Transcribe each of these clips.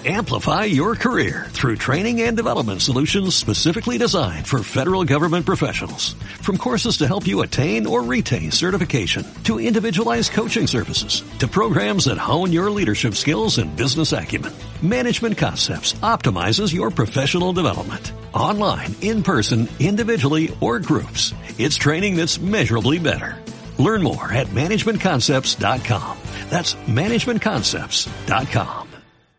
Amplify your career through training and development solutions specifically designed for federal government professionals. From courses to help you attain or retain certification, to individualized coaching services, to programs that hone your leadership skills and business acumen, Management Concepts optimizes your professional development. Online, in person, individually, or groups, it's training that's measurably better. Learn more at managementconcepts.com. That's managementconcepts.com.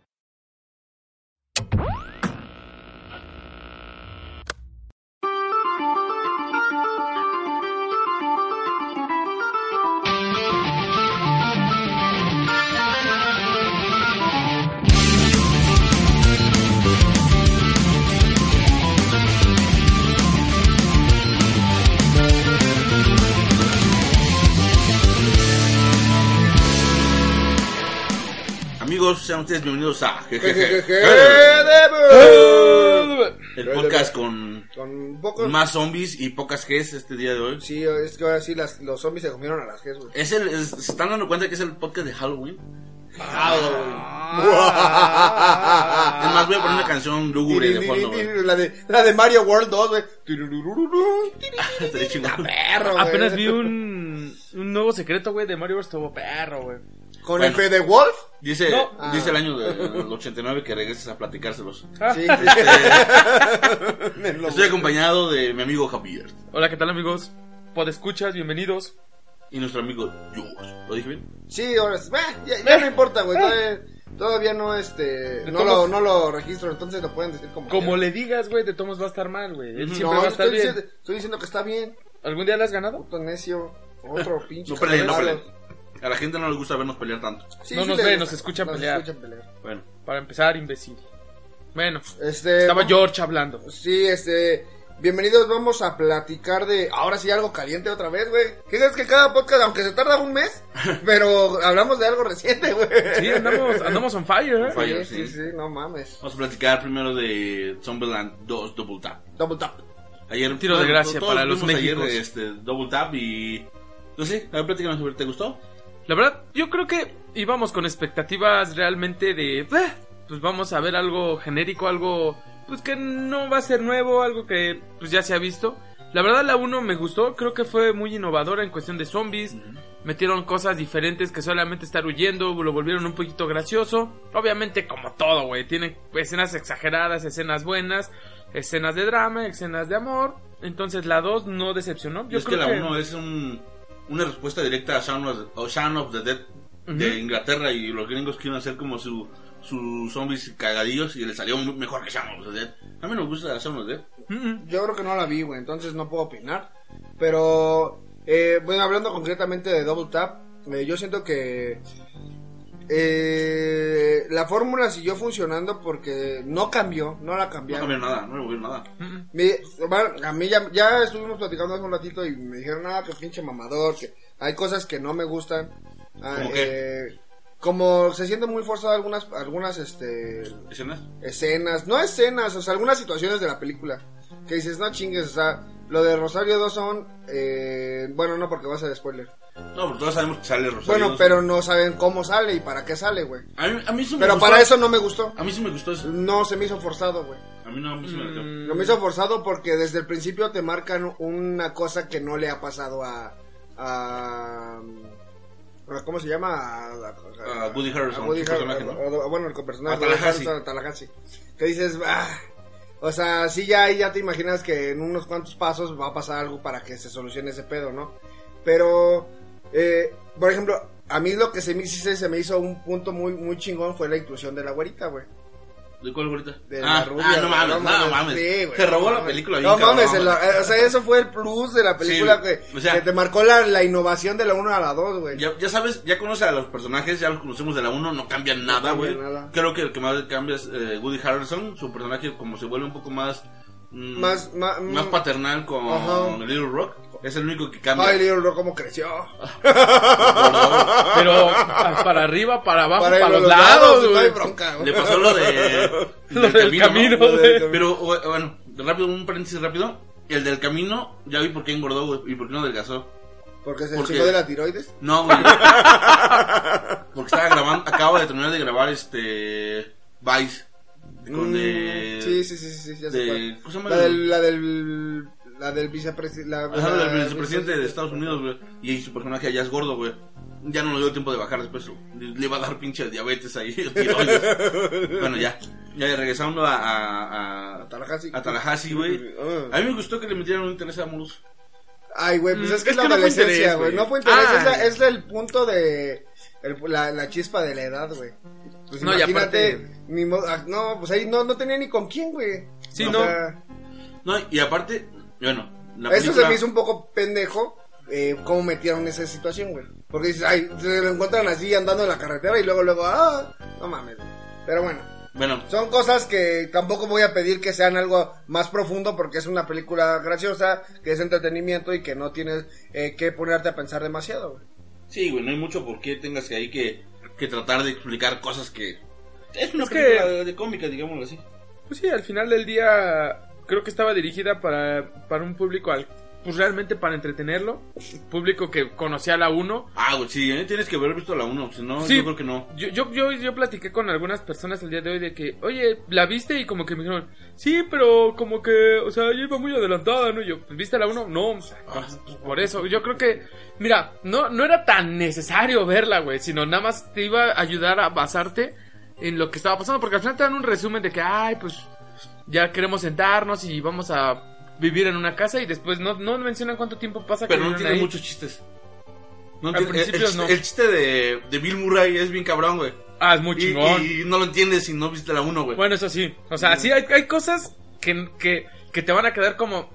Sean ustedes bienvenidos a el podcast con pocos... más zombies y pocas Gs este día de hoy. Sí, es que ahora sí los zombies se comieron a las Gs, güey. Se están dando cuenta que es el podcast de Halloween. Es más, voy a poner una canción lúgubre de fondo, la de Mario World 2, güey. Perro, apenas vi un nuevo secreto, güey, de Mario World, estuvo perro, güey. ¿Con el Fede Wolf? Dice el año del 89 que regreses a platicárselos. Sí. Estoy acompañado de mi amigo Javier. Hola, ¿qué tal, amigos? Podescuchas, bienvenidos. Y nuestro amigo Jules. ¿Lo dije bien? Sí, ahora ya no importa, güey. Todavía no no lo registro, entonces lo pueden decir como le digas, güey, de Tomos va a estar mal, güey. Él siempre va a estar bien. Estoy diciendo que está bien. ¿Algún día le has ganado? Puto necio, otro pinche. No peleen. A la gente no le gusta vernos pelear tanto. Sí, no sí nos ve, nos escucha pelear. Bueno. Para empezar, imbécil. Bueno, estaba George hablando. Sí, bienvenidos, vamos a platicar de... Ahora sí, algo caliente otra vez, güey. ¿Qué crees que cada podcast, aunque se tarda un mes, pero hablamos de algo reciente, güey? Sí, andamos on fire, ¿eh? Sí, no mames. Vamos a platicar primero de Zombieland 2 Double Tap. Ayer un tiro de gracia para los Méxicos. Ayer, Double Tap y... No sé, a ver, platícanos sobre, ¿te gustó? La verdad, yo creo que íbamos con expectativas realmente de... pues vamos a ver algo genérico, algo... pues que no va a ser nuevo, algo que pues ya se ha visto. La verdad, la 1 me gustó, creo que fue muy innovadora en cuestión de zombies. Metieron cosas diferentes que solamente estar huyendo, lo volvieron un poquito gracioso. Obviamente, como todo, güey, tiene escenas exageradas, escenas buenas, escenas de drama, escenas de amor. Entonces la 2 no decepcionó. Yo creo que la 1 es una respuesta directa a Shaun of the Dead de Inglaterra, y los gringos quieren hacer como sus zombies cagadillos y le salió mejor que Shaun of the Dead. A mí no me gusta Shaun of the Dead. Yo creo que no la vi, güey, entonces no puedo opinar. Pero, bueno, hablando concretamente de Double Tap, yo siento que la fórmula siguió funcionando porque no cambió, no la cambiaron. No cambió nada, no le volvió nada. A mí ya estuvimos platicando hace un ratito y me dijeron, que pinche mamador, que hay cosas que no me gustan. ¿Cómo qué? Como se siente muy forzado algunas escenas, no escenas, o sea, algunas situaciones de la película que dices, no chingues, o sea, lo de Rosario Dawson, bueno, no, porque va a ser spoiler. No, porque todos sabemos que sale Rosario Bueno, Dawson. pero no saben cómo sale y para qué sale, güey. A mí sí me pero gustó. para eso no me gustó. A mí sí me gustó eso. No, se me hizo forzado, güey. A mí no, a mí sí me gustó. No me hizo forzado porque desde el principio te marcan una cosa que no le ha pasado a ¿cómo se llama? A Woody Harrelson. Bueno, el personaje de Tallahassee. Que dices, o sea, sí, ya te imaginas que en unos cuantos pasos va a pasar algo para que se solucione ese pedo, ¿no? Pero, por ejemplo, a mí lo que se me hizo un punto muy, muy chingón fue la inclusión de la güerita, güey. ¿De cuál ahorita? De la rubia. No mames. Sí, se robó la película. No mames, o sea, eso fue el plus de la película, sí, que te marcó la innovación de la 1 a la 2, güey. Ya sabes, ya conoces a los personajes, ya los conocemos de la 1, no cambian nada, güey. Creo que el que más cambia es Woody Harrelson, su personaje como se vuelve un poco más paternal con Little Rock. Es el único que cambia. Ay, Little Rock cómo creció. Pero para arriba, para abajo, para los lados, no hay bronca, güey. Le pasó lo del camino, ¿no? Pero bueno, un paréntesis rápido. El del camino, ya vi por qué engordó, güey, y por qué no adelgazó. ¿Porque se chingó de la tiroides? No, güey. Porque estaba grabando, acaba de terminar de grabar Vice. Con Sí, ya sé cuál. ¿Cómo se llama? La del vicepresidente de Estados Unidos, güey. Y su personaje allá es gordo, güey. Ya no le dio tiempo de bajar después. Le iba a dar pinche diabetes ahí. Bueno, ya regresando a Tallahassee, güey. A mí me gustó que le metieran un interés amoroso. Ay, güey, pues es que es la adolescencia, güey. No fue interés, es el punto de la chispa de la edad, güey. Pues no, imagínate, no, pues ahí no tenía ni con quién, güey. Sí, no, y aparte, bueno, eso se me hizo un poco pendejo, cómo metieron esa situación, güey. Porque dices, ay, se lo encuentran así andando en la carretera y luego, no mames. Pero bueno, son cosas que tampoco voy a pedir que sean algo más profundo porque es una película graciosa, que es entretenimiento y que no tienes que ponerte a pensar demasiado, güey. Sí, güey, no hay mucho por qué tengas que ahí que tratar de explicar cosas que... Es una película de cómica, digámoslo así. Pues sí, al final del día creo que estaba dirigida para un público pues realmente para entretenerlo, público que conocía la 1. Güey, sí, tienes que haber visto la 1, si no, sí, yo creo que no. Yo platiqué con algunas personas el día de hoy de que, oye, ¿la viste? Y como que me dijeron, sí, pero como que, o sea, yo iba muy adelantada, ¿no? Y yo, ¿viste la 1? No, o sea, pues por eso, yo creo que, mira, no era tan necesario verla, güey, sino nada más te iba a ayudar a basarte en lo que estaba pasando, porque al final te dan un resumen de que, pues, ya queremos sentarnos y vamos a vivir en una casa y después no mencionan cuánto tiempo pasa. Pero no tiene muchos chistes. Al principio no. El chiste de Bill Murray es bien cabrón, güey. Es muy chingón. Y no lo entiendes si no viste la 1, güey. Bueno, eso sí. O sea, sí hay cosas que te van a quedar como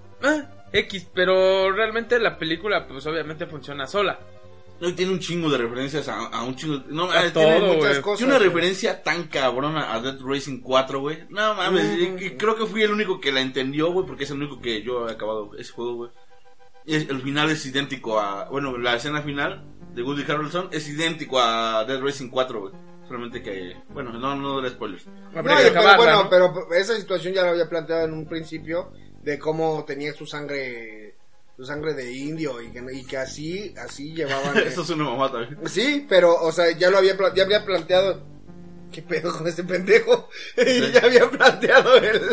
X, pero realmente la película pues obviamente funciona sola. No, tiene un chingo de referencias a un chingo. No, a tiene todo, muchas cosas. Tiene una referencia tan cabrona a Dead Racing 4, güey. No mames, creo que fui el único que la entendió, güey, porque es el único que yo he acabado ese juego, güey. El final es idéntico a... Bueno, la escena final de Woody Harrelson es idéntico a Dead Racing 4, güey. Solamente que... Bueno, no daré spoilers. Pero esa situación ya la había planteado en un principio, de cómo tenía su sangre de indio y que así llevaban... Eso es una mamá también. Sí, pero, o sea, ya había planteado... ¿Qué pedo con este pendejo? Sí. Ya había planteado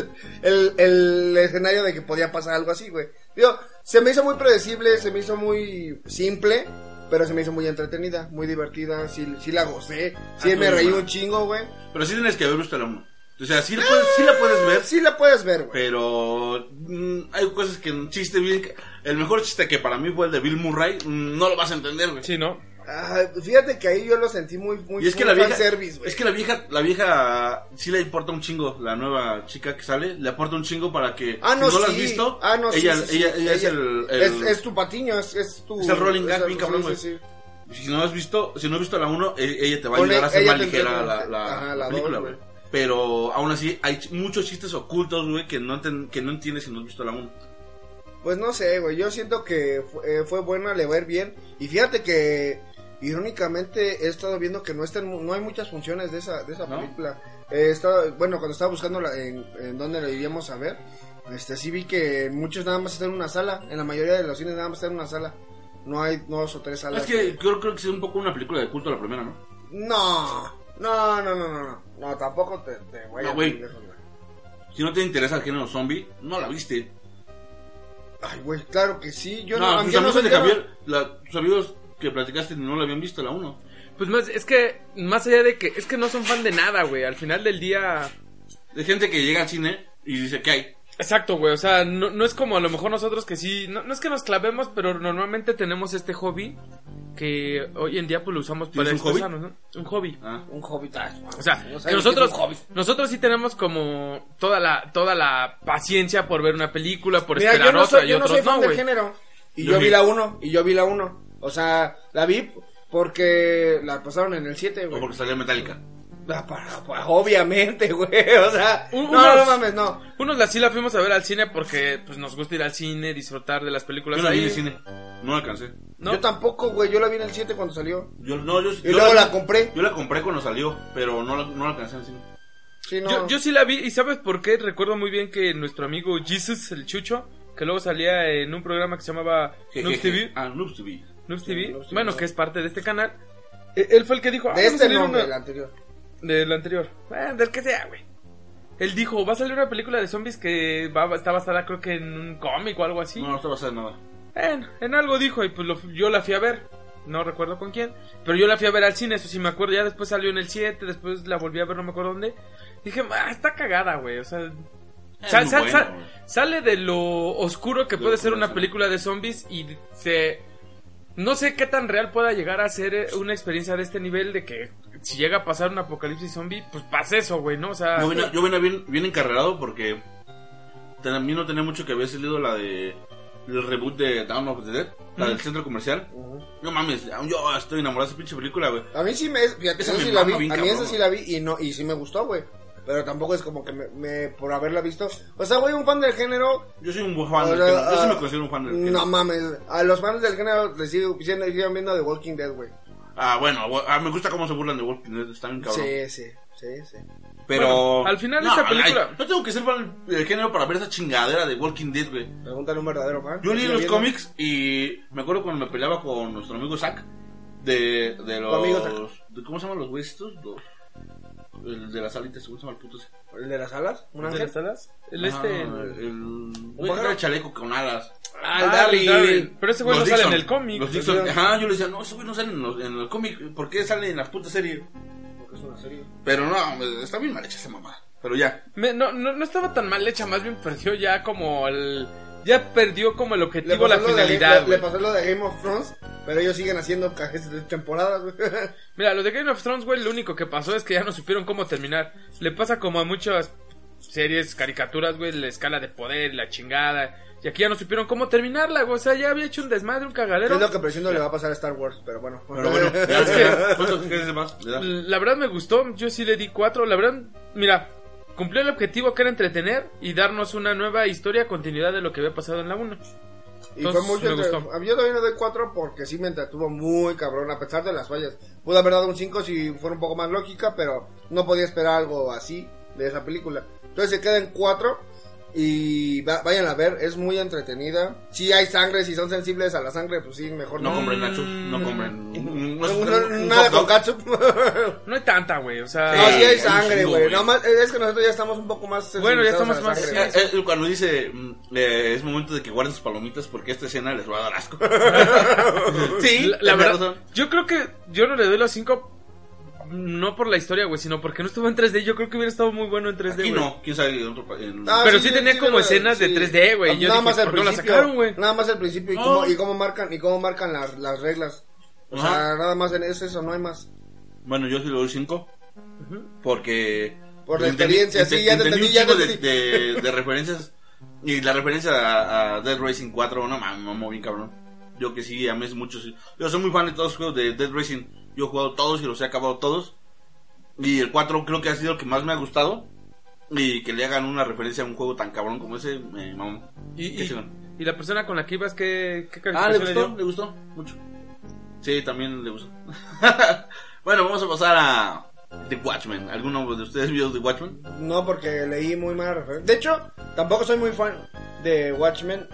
el escenario de que podía pasar algo así, güey. Digo, se me hizo muy predecible, se me hizo muy simple, pero se me hizo muy entretenida, muy divertida, sí la gocé, sí me reí un chingo, güey. Pero sí tienes que haber visto la 1. O sea, sí la puedes ver. Sí la puedes ver, güey. Pero hay cosas que un chiste bien... El mejor chiste que para mí fue el de Bill Murray, no lo vas a entender, güey. Sí, ¿no? Fíjate que ahí yo lo sentí muy y es que la vieja, service, güey. Es que la vieja sí le importa un chingo, la nueva chica que sale, le aporta un chingo para que no, si no la has visto, ella es el es tu patiño, es el rolling gag bien cabrón, güey. Sí. Si no has visto la 1, ella te va a ayudar a hacer más ligera la película, güey. Pero aún así hay muchos chistes ocultos, güey, que no entiendes si no has visto la 1. Pues no sé, güey, yo siento que fue bueno le ver bien. Y fíjate que irónicamente he estado viendo que no hay muchas funciones de esa película. Cuando estaba buscando en dónde la iríamos a ver, sí vi que muchos nada más están en una sala. En la mayoría de los cines nada más están en una sala. No hay 2 o 3 salas. Es que creo que es un poco una película de culto la primera, ¿no? No, tampoco te voy a decir eso, güey. Si no te interesa el género zombie, no la viste. Ay, güey, claro que sí. Tus amigos de Javier, tus amigos que platicaste no la habían visto la 1. Pues es que, más allá de que, es que no son fan de nada, güey. Al final del día... De gente que llega al cine y dice, ¿qué hay? Exacto, güey, o sea, no es como a lo mejor nosotros que sí, no es que nos clavemos, pero normalmente tenemos este hobby que hoy en día pues lo usamos para expresarnos, ¿no? Un hobby. Un hobby. O sea, que nosotros sí tenemos como toda la paciencia por ver una película, por esperar otra y otros no, güey. Yo no soy fan del género. Y yo vi la 1. O sea, la vi porque la pasaron en el 7, güey. O porque salió Metallica. Obviamente, güey, o sea, no mames, no. Unos sí la fuimos a ver al cine porque pues nos gusta ir al cine, disfrutar de las películas. Yo la vi en el cine, no la alcancé. ¿No? Yo tampoco, güey, yo la vi en el 7 cuando salió. Y luego la compré. Yo la compré cuando salió, pero no la alcancé en el cine. Sí, no. Yo sí la vi, y ¿sabes por qué? Recuerdo muy bien que nuestro amigo Jesus, el Chucho, que luego salía en un programa que se llamaba Noobs TV. Noobs TV. Bueno, que es parte de este canal. Él fue el que dijo... De este nombre, el anterior. Del anterior. Del que sea, güey. Él dijo, va a salir una película de zombies que está basada creo que en un cómic o algo así. No está basada en nada. En algo dijo y pues yo la fui a ver. No recuerdo con quién. Pero yo la fui a ver al cine, eso sí me acuerdo. Ya después salió en el 7, después la volví a ver, no me acuerdo dónde. Dije, está cagada, güey. O sea, sale de lo oscuro que puede ser una película de zombies y no sé qué tan real pueda llegar a ser una experiencia de este nivel de que si llega a pasar un apocalipsis zombie, pues pasa eso, güey, ¿no? O sea... Yo venía bien encarrerado porque también no tenía mucho que haber salido la de el reboot de Dawn of the Dead, la del centro comercial. No mames, yo estoy enamorado de esa pinche película, güey. A mí sí fíjate, esa sí la vi, a mí esa sí la vi y sí me gustó, güey. Pero tampoco es como que me por haberla visto. O sea, güey, un fan del género. Yo soy un fan del género. Yo sí me considero un fan del género. No mames. A los fans del género les siguen viendo The Walking Dead, güey. Bueno, me gusta cómo se burlan de Walking Dead. Está bien cabrón. Sí. Pero. Bueno, al final de esta película. No tengo que ser fan del género para ver esa chingadera de Walking Dead, güey. Pregúntale a un verdadero fan. Yo leí los cómics y me acuerdo cuando me peleaba con nuestro amigo Zack. De los. ¿Cómo se llaman los güeyes estos? El de las alitas, ¿cómo se llama el puto ese? ¿El de las alas? ¿Un ángel? ¿De las alas? Un pájaro de chaleco con alas. El Darryl. Pero ese güey no sale en el cómic. Los Dixon. Ajá, yo le decía, no, ese güey no sale en el cómic. ¿Por qué sale en la puta serie? Porque es una serie. Pero no, está bien mal hecha esa mamá. Pero ya. No estaba tan mal hecha, más bien perdió ya como el... Ya perdió como el objetivo, la finalidad. Le pasó lo de Game of Thrones, pero ellos siguen haciendo cajes de temporadas, güey. Mira, lo de Game of Thrones, güey, lo único que pasó es que ya no supieron cómo terminar. Le pasa como a muchas series, caricaturas, güey, la escala de poder, la chingada. Y aquí ya no supieron cómo terminarla, güey. O sea, ya había hecho un desmadre, un cagadero. Es lo que presiento le va a pasar a Star Wars, pero bueno. Es que, ¿cuántos quieres más? La verdad me gustó, yo sí le di 4. La verdad, mira, cumplió el objetivo que era entretener y darnos una nueva historia, continuidad de lo que había pasado en la 1. Y fue mucho. Yo también le doy 4 porque sí me entretuvo muy cabrón, a pesar de las fallas. Pude haber dado un 5 si fuera un poco más lógica, pero no podía esperar algo así de esa película. Entonces se queda en 4 y vayan a ver, es muy entretenida. Si hay sangre, si son sensibles a la sangre, pues sí, mejor no compren nachos, no compren nada con ketchup. No hay tanta, güey, o sea... No, sí hay sangre, güey. Es que nosotros ya estamos un poco más... Bueno, ya estamos más... Cuando dice, es momento de que guarden sus palomitas porque esta escena les va a dar asco. Sí, la verdad. Yo creo que yo no le doy los 5... No por la historia, güey, sino porque no estuvo en 3D. Yo creo que hubiera estado muy bueno en 3D, Aquí no, quién sabe en otro país. Pero sí tenía como escenas de 3D, güey. Yo nada dije, más al ¿por qué no la principio, sacaron, güey? nada más al principio y cómo marcan las reglas. O sea, nada más es eso, no hay más. Bueno, yo sí le doy 5 porque por la experiencia, sí, ya te entendí, de referencias. Y la referencia a Dead Racing 4, no mames, mamó bien cabrón. Yo que sí, amé mucho. Sí. Yo soy muy fan de todos los juegos de Dead Racing. Yo he jugado todos y los he acabado todos. Y el 4 creo que ha sido el que más me ha gustado. Y que le hagan una referencia a un juego tan cabrón como ese, me mamó. ¿Y la persona con la que ibas, qué calificación le gustó mucho. Sí, también le gustó. Bueno, vamos a pasar a The Watchmen. ¿Alguno de ustedes vio The Watchmen? No, porque leí muy mala referencia. De hecho, tampoco soy muy fan de Watchmen.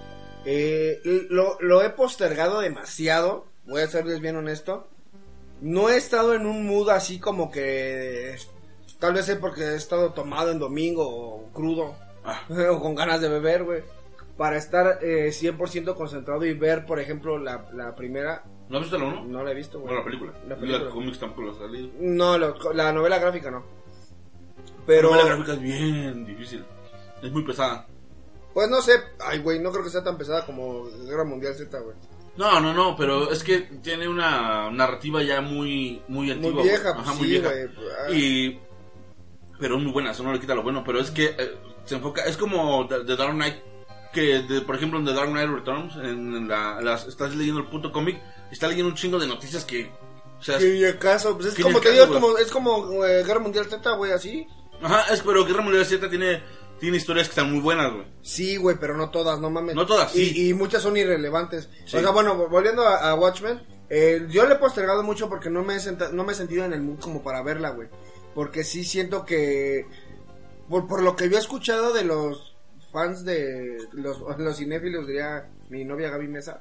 Lo he postergado demasiado. Voy a serles bien honesto. No he estado en un mood así como que... Tal vez es porque he estado tomado en domingo o crudo. O con ganas de beber, güey. Para estar 100% concentrado y ver, por ejemplo, la primera. ¿No has visto la 1? No la he visto, güey. No, la película. La cómics tampoco la ha salido. No, la novela gráfica no. Pero... La novela gráfica es bien difícil. Es muy pesada. Pues no sé. Ay, güey, no creo que sea tan pesada como Guerra Mundial Z, güey. No, pero es que tiene una narrativa ya muy antigua. Muy vieja, ajá, pues muy sí, vieja. Pero muy buena, eso no le quita lo bueno. Pero es que se enfoca, es como The Dark Knight. Que, por ejemplo, en The Dark Knight Returns, estás leyendo el puto cómic, está leyendo un chingo de noticias que... O sea, ¿qué acaso? Pues es como te digo, es como Guerra Mundial Z, güey, así. Ajá, pero Guerra Mundial Z tiene historias que están muy buenas, güey. Sí, güey, pero no todas, no mames. No todas, sí. Y muchas son irrelevantes. Sí. O sea, bueno, volviendo a Watchmen, yo le he postergado mucho porque no me he sentido en el mood como para verla, güey. Porque sí siento que... Por lo que yo he escuchado de los fans de... Los cinéfilos, diría mi novia Gaby Mesa,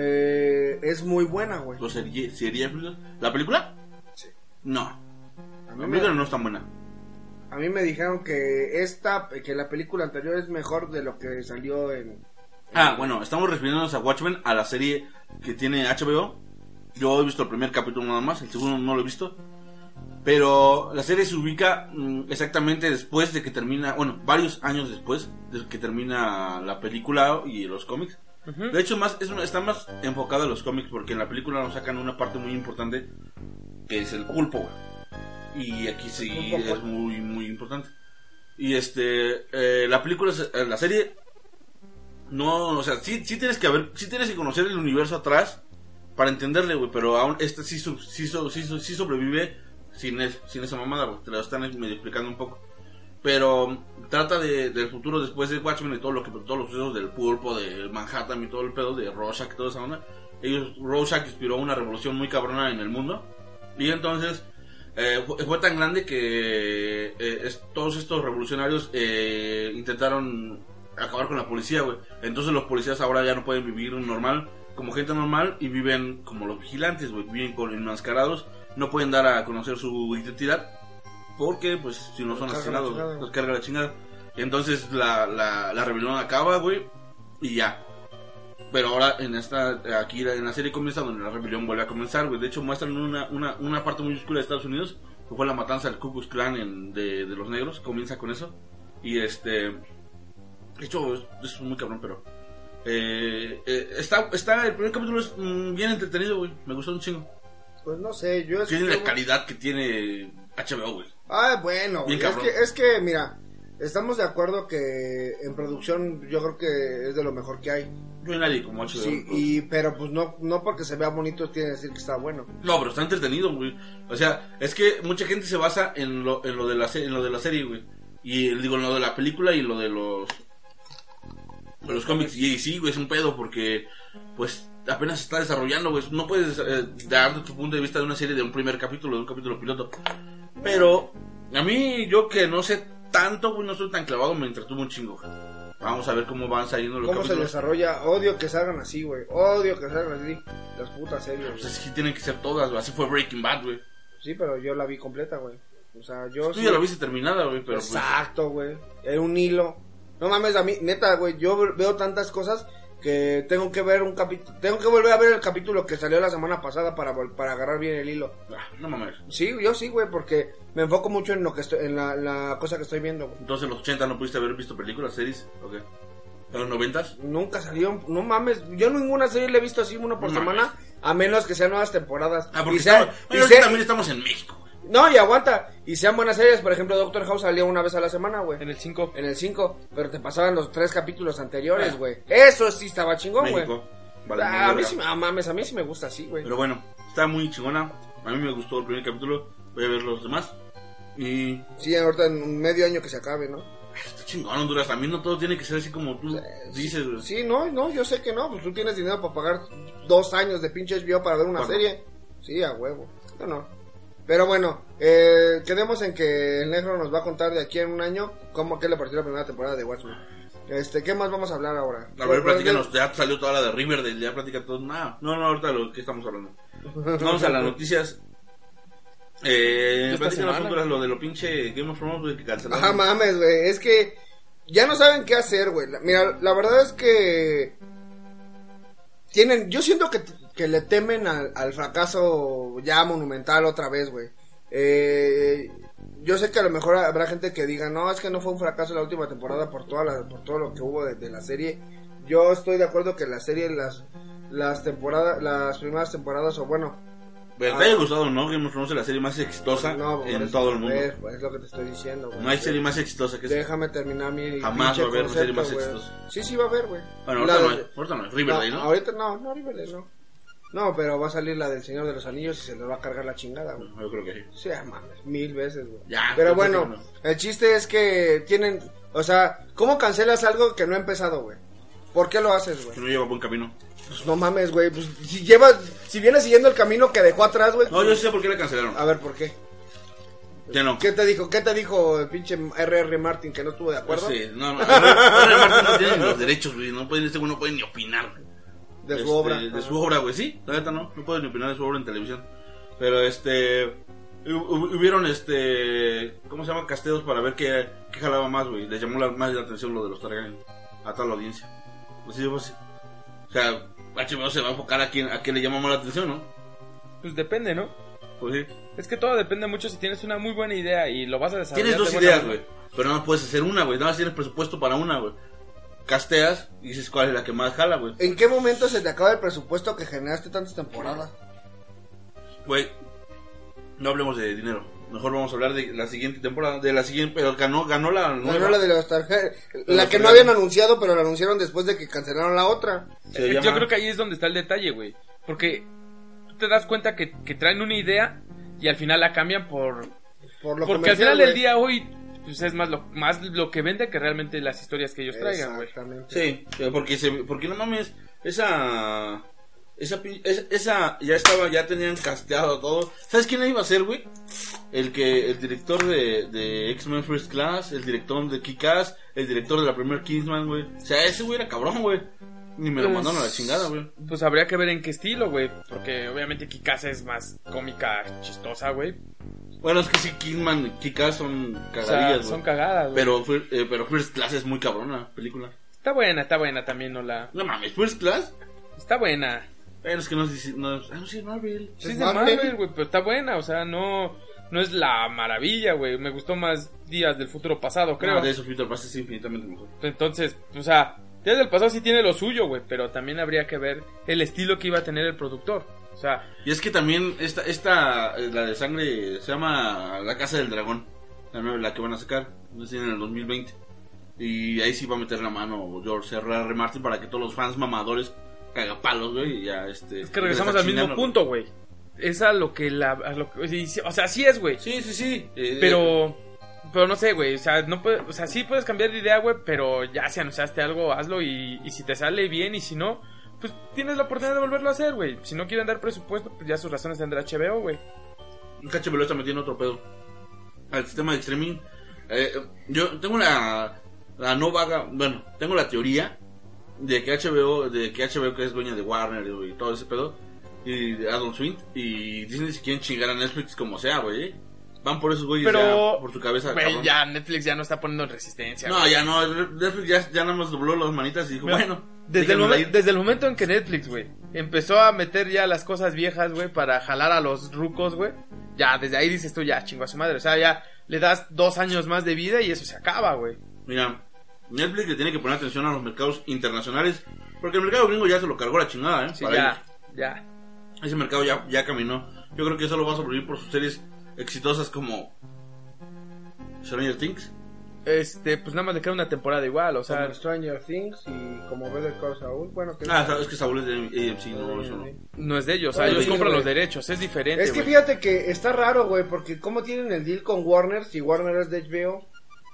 es muy buena, güey. ¿Los seriéfilos? ¿La película? Sí. No. A mí no es tan buena. A mí me dijeron que la película anterior es mejor de lo que salió en... Bueno, estamos refiriéndonos a Watchmen, a la serie que tiene HBO. Yo he visto el primer capítulo nada más, el segundo no lo he visto. Pero la serie se ubica exactamente después de que termina, varios años después de que termina la película y los cómics. Uh-huh. De hecho, está más enfocado en los cómics, porque en la película nos sacan una parte muy importante, que es el pulpo, güey. Y aquí sí es muy, muy importante. Y la película, la serie, no, o sea, sí tienes que conocer el universo atrás para entenderle, güey, pero aún sí sobrevive sin esa mamada, güey. Te lo están medio explicando un poco. Pero trata del futuro después de Watchmen y todos los sucesos del pulpo, de Manhattan y todo el pedo, de Rorschach y toda esa onda. Rorschach inspiró una revolución muy cabrona en el mundo. Y entonces fue tan grande que todos estos revolucionarios intentaron acabar con la policía, güey. Entonces los policías ahora ya no pueden vivir normal, como gente normal, y viven como los vigilantes, güey. Viven con enmascarados, no pueden dar a conocer su identidad, porque pues si no son asesinados los carga la chingada. Entonces la rebelión acaba, güey, y ya. Pero ahora en la serie comienza donde la rebelión vuelve a comenzar, güey. De hecho muestran una parte muy oscura de Estados Unidos, que fue la matanza del Ku Klux Klan de los negros. Comienza con eso. Y de hecho es muy cabrón, pero el primer capítulo es bien entretenido, güey. Me gustó un chingo. Pues no sé, tiene la calidad que tiene HBO, güey. Bueno, es que mira, estamos de acuerdo que en producción yo creo que es de lo mejor que hay. No hay nadie como HBO. Sí, pero pues no porque se vea bonito tiene que decir que está bueno. No, pero está entretenido, güey. O sea, es que mucha gente se basa en lo de la serie, güey. Y digo, en lo de la película y lo de los cómics. Y sí, güey, es un pedo porque pues apenas se está desarrollando, güey. No puedes dar tu punto de vista de una serie de un primer capítulo, de un capítulo piloto. Pero a mí, yo que no sé tanto, güey, no soy tan clavado, me entretuvo un chingo. Vamos a ver cómo van saliendo los capítulos. ¿Cómo se desarrolla? Odio que salgan así, güey. Odio que salgan así las putas series. Pues es que tienen que ser todas, güey. Así fue Breaking Bad, güey. Sí, pero yo la vi completa, güey. O sea, yo... Tú ya la viste terminada, güey, pero exacto, güey. Era un hilo. No mames, a mí, neta, güey, yo veo tantas cosas que tengo que ver tengo que volver a ver el capítulo que salió la semana pasada para agarrar bien el hilo. No mames. Sí, yo sí, güey, porque me enfoco mucho en lo que en la cosa que estoy viendo, güey. Entonces en los 80 no pudiste haber visto películas, series, ¿o qué? ¿En los 90s? Nunca salió, no mames, yo ninguna serie le he visto así uno por semana, a menos que sean nuevas temporadas. Porque también estamos en México. No, y aguanta. Y sean buenas series. Por ejemplo, Doctor House salía una vez a la semana, güey. En el 5. Pero te pasaban los 3 capítulos anteriores, güey. Eso sí estaba chingón, güey. Vale, a mí sí me gusta así, güey. Pero bueno, está muy chingona. A mí me gustó el primer capítulo. Voy a ver los demás. Y... sí, ahorita en un medio año que se acabe, ¿no? Está chingón, Honduras. También no todo tiene que ser así como tú dices, güey. Sí, no, yo sé que no. Pues tú tienes dinero para pagar 2 años de pinche HBO para ver una serie. Sí, a huevo. No. Pero bueno, quedemos en que el negro nos va a contar de aquí en un año qué le pareció la primera temporada de Watchmen. ¿Qué más vamos a hablar ahora? A ver, platícanos, ya salió toda la de Riverdale, ya platica todo. No, ahorita lo que estamos hablando. Vamos a las noticias. Platícanos lo de lo pinche Game of Thrones, güey, que cancelaron. Mames, güey, es que ya no saben qué hacer, güey. Mira, la verdad es que yo siento que le temen al fracaso ya monumental otra vez, güey. Yo sé que a lo mejor habrá gente que diga, no, es que no fue un fracaso la última temporada por todo lo que hubo de la serie. Yo estoy de acuerdo que la serie, las primeras temporadas, o bueno... ¿Pero te haya gustado, no? Game of Thrones es la serie más exitosa en todo el mundo. Es lo que te estoy diciendo, güey. No hay serie más exitosa que esa. Déjame terminar mi... jamás va a haber una serie más exitosa. Sí va a haber, güey. Bueno, ahorita no es Riverdale, ¿no? Ahorita no, Riverdale no. No, pero va a salir la del Señor de los Anillos y se le va a cargar la chingada, güey. Yo creo que sí. Sí, mames, 1000 veces, güey. Ya. Pero bueno, el chiste es que tienen... O sea, ¿cómo cancelas algo que no ha empezado, güey? ¿Por qué lo haces, güey? No lleva buen camino. Pues no mames, güey. Pues si vienes siguiendo el camino que dejó atrás, güey. No, yo sé por qué le cancelaron. A ver, ¿por qué? Ya no. ¿Qué te dijo el pinche R.R. Martin que no estuvo de acuerdo? Sí, no. R.R. Martin no tiene los derechos, güey. No puede ni opinar. De su obra. De su obra, güey. Sí, la neta no puede ni opinar de su obra en televisión. Pero hubieron ¿cómo se llama? Casteos para ver qué jalaba más, güey. Les llamó más la atención lo de los Targaryen a toda la audiencia. Así pues, o sea, HBO se va a enfocar a qué le llama más la atención, ¿no? Pues depende, ¿no? Pues sí. Es que todo depende mucho si tienes una muy buena idea y lo vas a desarrollar. Tienes dos ideas, güey, pero no puedes hacer una, güey. Nada más tienes presupuesto para una, güey. Casteas y dices cuál es la que más jala, güey. ¿En qué momento se te acaba el presupuesto que generaste tantas temporadas? Güey, no hablemos de dinero. Mejor vamos a hablar de la siguiente temporada. De la siguiente, pero ganó la nueva. Ganó la de los Targaryen. La que no habían anunciado, pero la anunciaron después de que cancelaron la otra. Yo creo que ahí es donde está el detalle, güey. Porque tú te das cuenta que traen una idea y al final la cambian por lo porque al final del día hoy pues es más lo que vende que realmente las historias que ellos traigan, güey. Sí, porque no mames, esa ya tenían casteado todo. ¿Sabes quién la iba a hacer, güey? El director de X-Men First Class, el director de Kick-Ass, el director de la primer Kingsman, güey. O sea, ese güey era cabrón, güey. Ni me lo mandaron a la chingada, güey. Pues habría que ver en qué estilo, güey. Porque obviamente Kick-Ass es más cómica, chistosa, güey. Bueno, es que sí, Kingsman y Kick-Ass son cagadillas, güey. Son cagadas, güey. Pero First Class es muy cabrona, película. Está buena también, No mames, First Class. Está buena. Pero es que no es Marvel. Sí, es de Marvel, güey, pero está buena, o sea, no es la maravilla, güey. Me gustó más Días del Futuro Pasado, creo. De eso Future Past es infinitamente mejor. Entonces, o sea, Días del Pasado sí tiene lo suyo, güey, pero también habría que ver el estilo que iba a tener el productor. O sea, y es que también la de sangre se llama La Casa del Dragón, la que van a sacar, no sé, en el 2020. Y ahí sí va a meter la mano George R.R. Martin para que todos los fans mamadores cagapalos, güey, y ya es que regresamos al mismo punto, güey. Es a lo que o sea, sí es, güey. Sí. Pero no sé, güey, o sea, sí puedes cambiar de idea, güey, pero ya si anunciaste algo, hazlo y si te sale bien y si no, pues tienes la oportunidad de volverlo a hacer, güey. Si no quieren dar presupuesto, pues ya sus razones tendrá HBO, güey. HBO está metiendo otro pedo al sistema de streaming. Yo tengo tengo la teoría de que HBO que es dueña de Warner y todo ese pedo, y de Adult Swim y Disney, si quieren chingar a Netflix como sea, güey. Van por esos güeyes ya por su cabeza. Güey, ya Netflix ya no está poniendo en resistencia. No, güey. Ya no. Netflix ya nada más dobló las manitas y dijo, bueno. Desde el momento en que Netflix, güey, empezó a meter ya las cosas viejas, güey, para jalar a los rucos, güey, ya desde ahí dices tú, ya chingo a su madre. O sea, ya le das 2 años más de vida y eso se acaba, güey. Mira, Netflix le tiene que poner atención a los mercados internacionales, porque el mercado gringo ya se lo cargó la chingada, Sí, ya. Ese mercado ya caminó. Yo creo que eso lo va a sobrevivir por sus series exitosas como Stranger Things. Pues nada más le queda una temporada igual, o sea, como Stranger Things y como Better Call Saul. Bueno, es que Saul es de AMC, eso no es de ellos, o sea, ellos compran los derechos, es diferente. Es que fíjate que está raro, güey, porque ¿cómo tienen el deal con Warner si Warner es de HBO?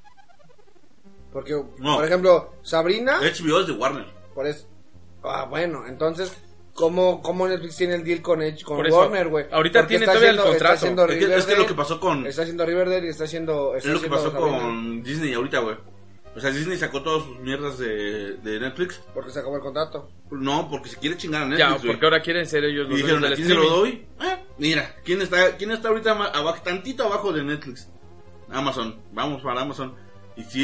Porque, por ejemplo, Sabrina HBO es de Warner. Por eso. Bueno, entonces ¿Cómo Netflix tiene el deal con Warner, güey? Ahorita tiene todavía el contrato. Es que lo que pasó con... Está haciendo Riverdale y está haciendo... Es lo que pasó con Disney ahorita, güey. O sea, Disney sacó todas sus mierdas de Netflix. Porque se acabó el contrato. No, porque se quiere chingar a Netflix, porque ahora quieren ser ellos los dueños del streaming. ¿A quién se lo doy? Mira, ¿quién está ahorita tantito abajo de Netflix? Amazon. Vamos para Amazon. Y sí,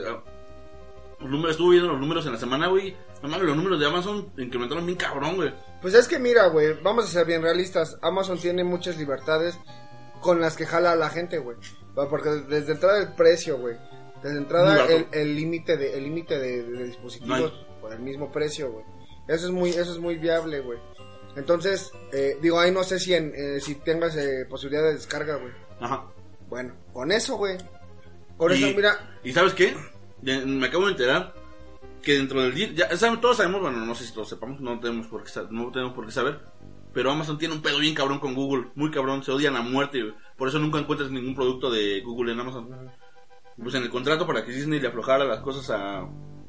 estuve viendo los números en la semana, güey. No mames, los números de Amazon incrementaron bien cabrón, güey. Pues es que mira, güey, vamos a ser bien realistas. Amazon tiene muchas libertades con las que jala a la gente, güey. Porque desde entrada el precio, güey. Desde entrada el límite de dispositivos por el mismo precio, güey. Eso es muy viable, güey. Entonces, ahí no sé si tengas posibilidad de descarga, güey. Ajá. Bueno, con eso, güey. Eso, mira. ¿Y sabes qué? Me acabo de enterar que dentro del deal, todos sabemos, bueno, no sé si todos sepamos, no tenemos por qué saber, pero Amazon tiene un pedo bien cabrón con Google, muy cabrón, se odian a muerte, güey. Por eso nunca encuentras ningún producto de Google en Amazon. Pues en el contrato para que Disney le aflojara las cosas a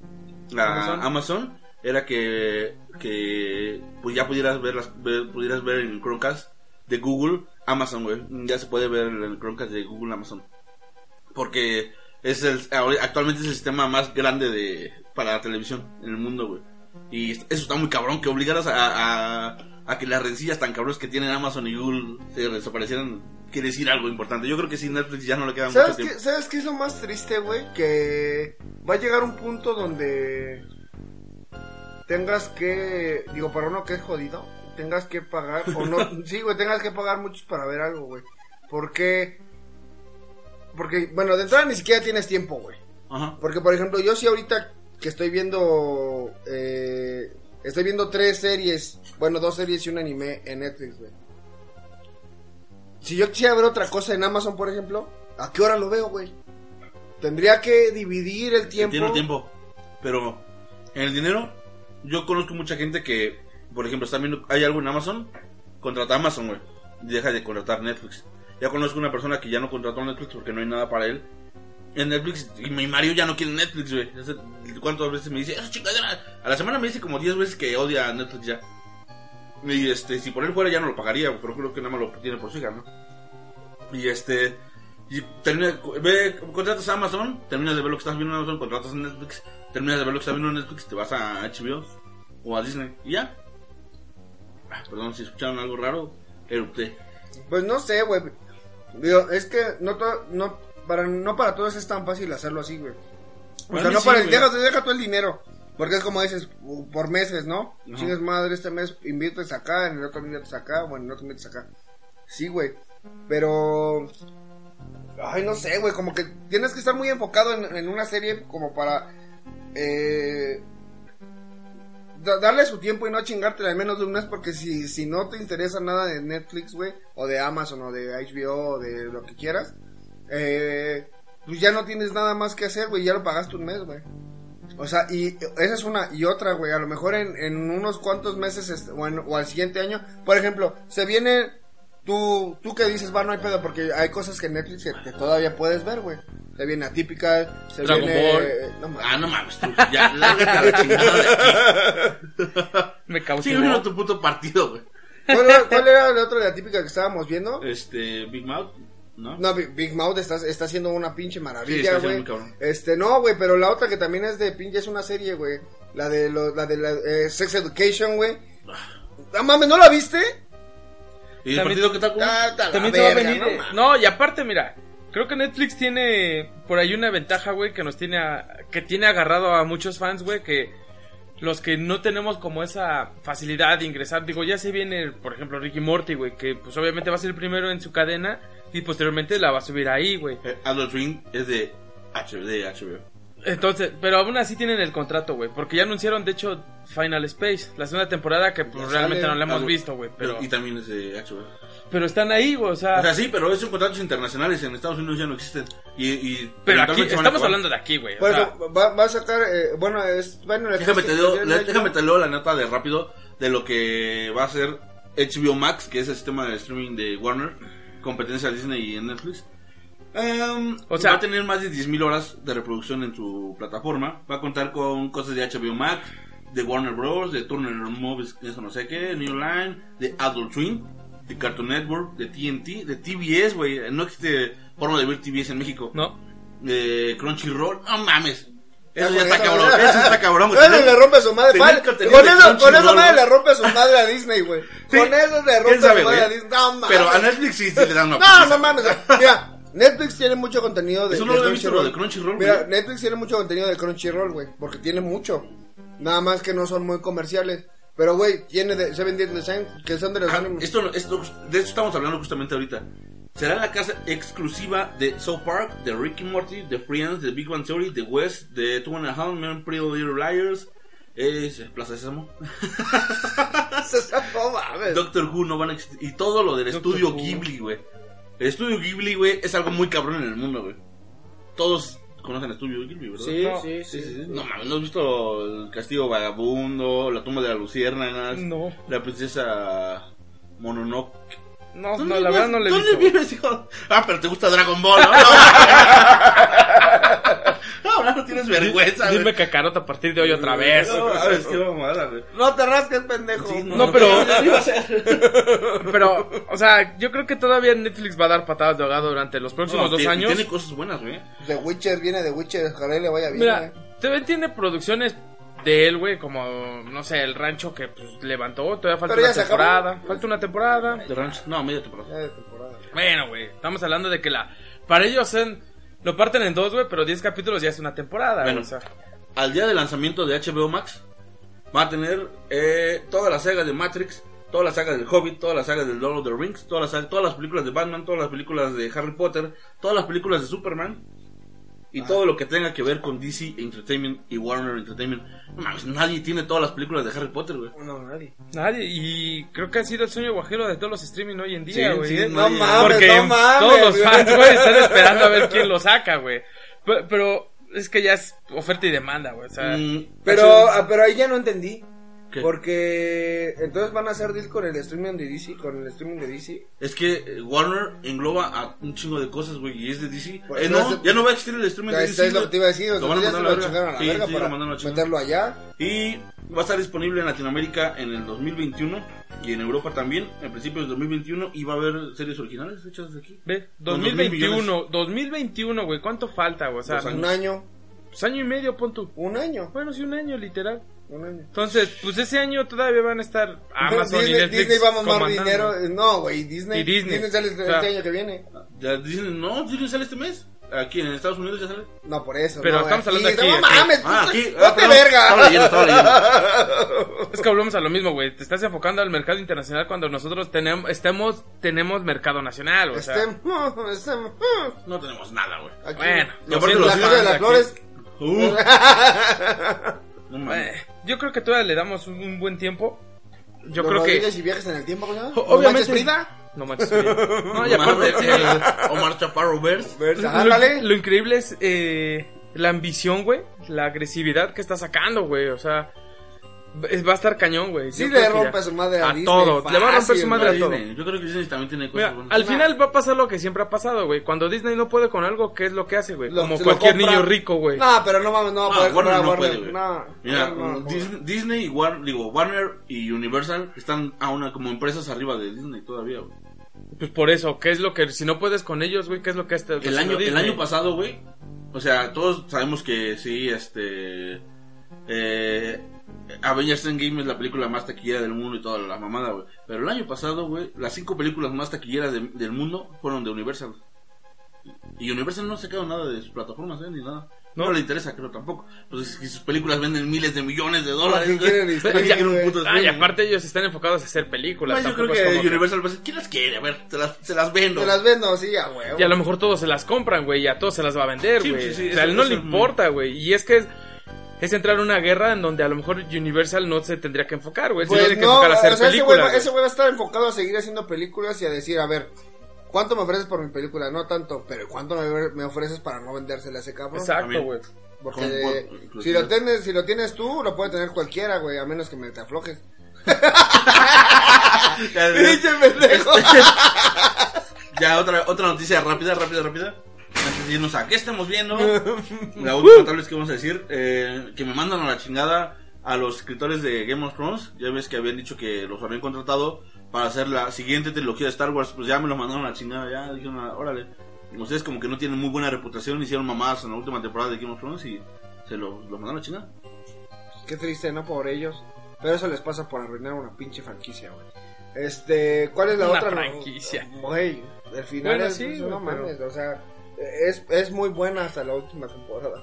Amazon era que pues ya pudieras ver en Chromecast de Google Amazon, güey. Ya se puede ver en el Chromecast de Google Amazon. Porque actualmente es el sistema más grande para la televisión en el mundo, güey. Y eso está muy cabrón, que obligaras a a que las rencillas tan cabrones que tienen Amazon y Google se desaparecieran, quiere decir algo importante. Yo creo que sin Netflix ya no le queda mucho tiempo. ¿Sabes qué es lo más triste, güey? Que va a llegar un punto donde tengas que, digo, para uno que es jodido, tengas que pagar, o no, sí, güey, tengas que pagar muchos para ver algo, güey. Porque, bueno, de entrada ni siquiera tienes tiempo, güey. Ajá. Porque, por ejemplo, yo sí ahorita que estoy viendo 3 series, bueno, 2 series y un anime en Netflix, güey. Si yo quisiera ver otra cosa en Amazon, por ejemplo, ¿a qué hora lo veo, güey? Tendría que dividir el tiempo. Tiene el tiempo, pero en el dinero, yo conozco mucha gente que, por ejemplo, está viendo, hay algo en Amazon, contrata Amazon, güey, y deja de contratar Netflix. Ya conozco una persona que ya no contrató Netflix porque no hay nada para él en Netflix, y mi Mario ya no quiere Netflix, güey. ¿Cuántas veces me dice, esa chingadera? A la semana me dice como 10 veces que odia a Netflix ya. Y si por él fuera ya no lo pagaría, pero creo que nada más lo tiene por su hija, ¿no? Y contratas a Amazon, terminas de ver lo que estás viendo en Amazon, contratas a Netflix, terminas de ver lo que estás viendo en Netflix, te vas a HBO o a Disney y ya. Perdón, si escucharon algo raro, erupté. Pues no sé, güey. Digo, es que no para todos es tan fácil hacerlo así, güey. O sea, no sí, para deja todo el dinero. Porque es como dices, por meses, ¿no? Chingues madre, este mes inviertes acá, en el otro inviertes acá, bueno, en el otro inviertes acá. Sí, güey. Pero... ay, no sé, güey, como que tienes que estar muy enfocado en una serie como para... darle su tiempo y no chingártela en menos de un mes, porque si no te interesa nada de Netflix, güey, o de Amazon, o de HBO, o de lo que quieras, pues ya no tienes nada más que hacer, güey, ya lo pagaste un mes, güey. O sea, y esa es una, y otra, güey, a lo mejor en unos cuantos meses, o al siguiente año, por ejemplo, se viene, tú que dices, va, no hay pedo, porque hay cosas que en Netflix que todavía puedes ver, güey. Se viene Atypical, se Dragon viene... Ball. No mames, tú, ya, lárgate a la chingada de aquí. Me causó. Sí, vino tu puto partido, güey. ¿Cuál era el otro de Atypical que estábamos viendo? Big Mouth, ¿no? No, Big Mouth está haciendo una pinche maravilla, sí, güey. Muy No, güey, pero la otra que también es de pinche, es una serie, güey. La de Sex Education, güey. No mames, ¿no la viste? ¿Y el partido qué tal? También se va a venir. No, y aparte, mira, creo que Netflix tiene por ahí una ventaja, güey, que tiene agarrado a muchos fans, güey, que los que no tenemos como esa facilidad de ingresar, digo, ya se viene, por ejemplo, Ricky Morty, güey, que pues obviamente va a ser el primero en su cadena y posteriormente la va a subir ahí, güey. Adult Swim es de HBO. Entonces, pero aún así tienen el contrato, güey, porque ya anunciaron, de hecho, Final Space, la segunda temporada que pues, realmente no la hemos visto, güey, pero... Y también es de HBO. Pero están ahí, güey, o sea... sí, pero son contratos internacionales, en Estados Unidos ya no existen. Pero aquí, estamos hablando de aquí, güey. Por eso, va a sacar, déjame te leo la nota de rápido de lo que va a hacer HBO Max, que es el sistema de streaming de Warner, competencia de Disney y Netflix. O sea, va a tener más de 10,000 horas de reproducción en su plataforma. Va a contar con cosas de HBO Max, de Warner Bros, de Turner Movies, eso no sé qué, New Line, de Adult Swim, de Cartoon Network, de TNT, de TBS, güey. No existe forma de ver TBS en México. No. De Crunchyroll, no mames. Eso ya está cabrón. Eso está cabrón. Eso le rompe su madre. Con eso nadie le rompe su madre a Disney, güey. Sí. Con eso le rompe su madre a Disney. No mames. Pero a Netflix sí le dan una No mames. Mira. Netflix tiene mucho contenido de Crunchyroll. Mira, Netflix tiene mucho contenido de Crunchyroll, güey, porque tiene mucho. Nada más que no son muy comerciales. Pero, güey, tiene de Seven Deadly Sins, que son de los animes. De esto estamos hablando justamente ahorita. Será la casa exclusiva de South Park, de Ricky Morty, de Friends, de Big Bang Theory, de West, de Two and a Half Men, Pretty Little Liars, Plaza Sésamo. Doctor Who no van a existir. Y todo lo del estudio Ghibli, güey. El estudio Ghibli, güey, es algo muy cabrón en el mundo, güey. Todos conocen el estudio Ghibli, ¿verdad? Sí. No mames, ¿no has visto El Castillo Vagabundo, La Tumba de las Luciérnagas? No. La Princesa Mononoke. No, la verdad no le he visto. ¿Dónde vives, hijo? Pero te gusta Dragon Ball, ¿no? Ahora no tienes vergüenza, güey. Dime Cacarota a partir de hoy otra vez. No, sabes qué mamada, güey. No te rasques, pendejo. Sí, pero, o sea, yo creo que todavía Netflix va a dar patadas de ahogado durante los próximos 2 años. Tiene cosas buenas, güey. The Witcher viene de Witcher, ojalá le vaya bien. Mira, TV tiene producciones de él, güey, como, no sé, el rancho que pues levantó, todavía falta Pero una ya se temporada. acabó. Falta una temporada. De rancho. No, media temporada. Ya de temporada. Bueno, güey, estamos hablando de que para ellos lo parten en 2, güey, pero 10 capítulos ya es una temporada, Bueno, o sea. al día de lanzamiento de HBO Max va a tener toda la saga de Matrix, toda la saga del Hobbit, toda la saga del Lord of the Rings, todas las películas de Batman, todas las películas de Harry Potter, todas las películas de Superman y todo lo que tenga que ver con DC Entertainment y Warner Entertainment. No mames, nadie tiene todas las películas de Harry Potter, güey. No, nadie. Nadie, y creo que ha sido el sueño guajiro de todos los streaming hoy en día, Sí, güey. sí, No nadie- mames, Porque no mames. todos los güey. fans, güey, están esperando a ver quién lo saca, güey. Pero es que ya es oferta y demanda, güey. O sea, Pero ahí ya no entendí. ¿Qué? Porque entonces van a hacer deal con el streaming de DC, Es que Warner engloba a un chingo de cosas, güey, y es de DC. Pues No, ya no va a existir el streaming de DC. Es lo que te iba a decir, Lo van a ya se mandar lo a la chingaron a verga. la Sí, verga sí, lo para mandaron a la chingada. meterlo allá. Y va a estar disponible en Latinoamérica en el 2021 y en Europa también, en principios del 2021, y va a haber series originales hechas de aquí. ve, Con 2,000 2021, güey, ¿cuánto falta, güey? O sea, 2 años. Un año. pues año y medio, pon tú. Un año. Bueno, sí, un año, literal. Un año. Entonces, pues ese año todavía van a estar Amazon y Netflix Disney va a mamar comandando. dinero. No, güey, Disney. Y Disney. sale O sea, este año que viene. Ya Disney, no, Disney sale este mes. Aquí en Estados Unidos ya sale. No, por eso. Pero no, estamos hablando aquí, No aquí. mames, Aquí. ponte perdón. verga. Estaba leyendo. Es que hablamos a lo mismo, güey. Te estás enfocando al mercado internacional cuando nosotros tenemos mercado nacional, o sea. No tenemos nada, güey. Aquí. Bueno, Y lo aparte siento, la los Flor de fans las aquí. Flores. No mames. Yo creo que todavía le damos un buen tiempo. Yo Los creo que Rodríguez y viajes en el tiempo, ¿no? obviamente Frida. no manches, Frida. No, y aparte Omar Chaparro Verse. lo increíble es la ambición, güey, la agresividad que está sacando, güey, o sea, va a estar cañón, güey. Sí Yo le creo que rompe ya. su madre a Disney, todo, le va a romper fácil, su madre a güey. todo. Disney. Yo creo que Disney también tiene cosas Mira, buenas. al final va a pasar lo que siempre ha pasado, güey. Cuando Disney no puede con algo, ¿qué es lo que hace, güey? Como Se lo cualquier compra. niño rico, güey. No, pero no mames, no va a poder comprar a no Warner. puede, güey. No, Mira, no, Disney y Warner y Universal están como empresas arriba de Disney todavía, güey. Pues por eso, ¿qué es lo que si no puedes con ellos, güey? ¿Qué es lo que está El año pasado, güey. O sea, todos sabemos que sí, Avengers Endgame es la película más taquillera del mundo y toda la mamada, güey. Pero el año pasado, güey, las 5 películas más taquilleras del mundo fueron de Universal. Y Universal no ha sacado nada de sus plataformas, ni nada. No le interesa, creo tampoco. Pues es que sus películas venden miles de millones de dólares. ¿Para qué quieren güey. historia, ¿Para qué quieren un güey? puto Ah, y streaming? aparte ellos están enfocados a hacer películas. Pues yo creo tampoco es que como Universal va a decir, ¿quién las quiere? A ver, se las vendo. Te las vendo, sí, a huevo. Y a lo mejor todos se las compran, güey, y a todos se las va a vender, Sí, güey. sí, sí, o sea, a él eso- no eso le es muy- importa, güey. Y es que es entrar en una guerra en donde a lo mejor Universal no se tendría que enfocar, güey. Se Pues tiene que no, enfocar a hacer o sea, películas. ese güey va a estar enfocado a seguir haciendo películas y a decir, a ver, ¿cuánto me ofreces por mi película? No tanto, pero ¿cuánto me ofreces para no vendérsela a ese cabrón? Exacto, También. güey. Porque Con- si lo tienes tú, lo puede tener cualquiera, güey, a menos que me te aflojes. ¡Pinche pendejo! Ya, otra noticia rápida. Antes de irnos a ¿qué estamos viendo? La última tal vez que vamos a decir, que me mandan a la chingada a los escritores de Game of Thrones. Ya ves que habían dicho que los habían contratado para hacer la siguiente trilogía de Star Wars. Pues ya me los mandaron a la chingada, ya dijeron, órale. Ustedes como que no tienen muy buena reputación, hicieron mamadas en la última temporada de Game of Thrones y se los mandaron a la chingada. Qué triste, ¿no? Por ellos. Pero eso les pasa por arruinar una pinche franquicia, güey. ¿Cuál es la Una otra? franquicia. Güey, el final Bueno, es, sí, no güey, mames, o sea, es muy buena hasta la última temporada.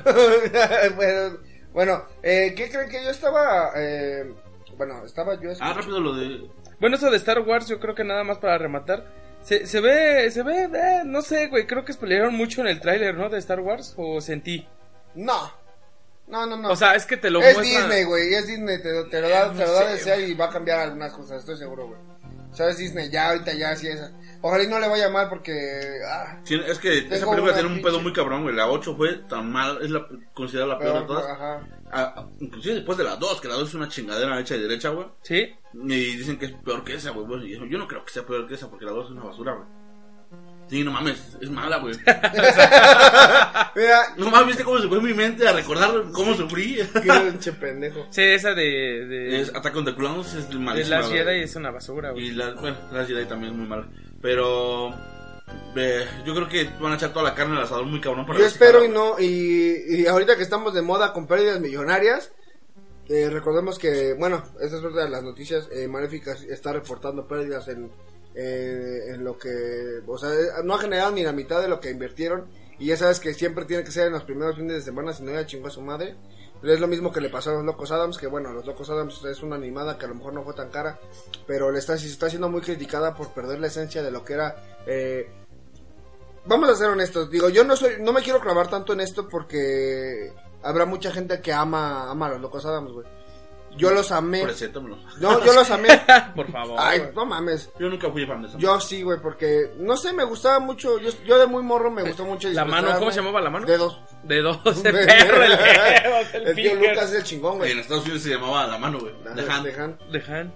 bueno, ¿qué creen que yo estaba? Estaba yo Rápido lo de... Bueno, eso de Star Wars, yo creo que nada más para rematar. Se ve, no sé, güey, creo que spoilearon mucho en el tráiler, ¿no? De Star Wars, o sentí. No. O sea, es que te lo es muestra. Disney, güey, es Disney, te lo da a desear y va a cambiar algunas cosas, estoy seguro, güey. O sea, es Disney, ya ahorita ya sí es. Ojalá y no le vaya mal porque... Sí, es que esa Tengo película una tiene un pedo pinche- muy cabrón, güey. La 8 fue tan mal, es considerada la peor de todas. Ajá. Inclusive después de la 2, que la 2 es una chingadera hecha y derecha, güey. Sí. Y dicen que es peor que esa, güey. Bueno, yo no creo que sea peor que esa, porque la 2 es una basura, güey. Sí, no mames, es mala, güey. Mira, No mames, ¿viste cómo se fue mi mente a recordar cómo sufrí? qué pinche pendejo. Sí, esa de Es Attack on the Clones, es de malísima, Last güey. Jedi es una basura, güey. Y Last Jedi también es muy mala. Pero yo creo que van a echar toda la carne al asador muy cabrón para Yo ver si espero jala, y no, y ahorita que estamos de moda con pérdidas millonarias, Recordemos que, bueno, esta es otra de las noticias. Maléfica está reportando pérdidas en lo que, o sea, no ha generado ni la mitad de lo que invirtieron. Y ya sabes que siempre tiene que ser en los primeros fines de semana, si no ya chingó a su madre. Es lo mismo que le pasó a los Locos Adams, que bueno, los Locos Adams es una animada que a lo mejor no fue tan cara, pero se está siendo muy criticada por perder la esencia de lo que era. Vamos a ser honestos, digo, yo no me quiero clavar tanto en esto porque habrá mucha gente que ama a los Locos Adams, güey. Yo los amé. Preséntamelos. No, yo los amé. Por favor. Ay, no mames. Yo nunca fui fan de eso. Yo sí, güey, porque, no sé, me gustaba mucho. Yo de muy morro me gustó mucho. ¿La mano? ¿Cómo se llamaba la mano? Dedos. Dedos, el perro, el dedos, el tío finger. Lucas es el chingón, güey. En Estados Unidos se llamaba la mano, güey. The Hand.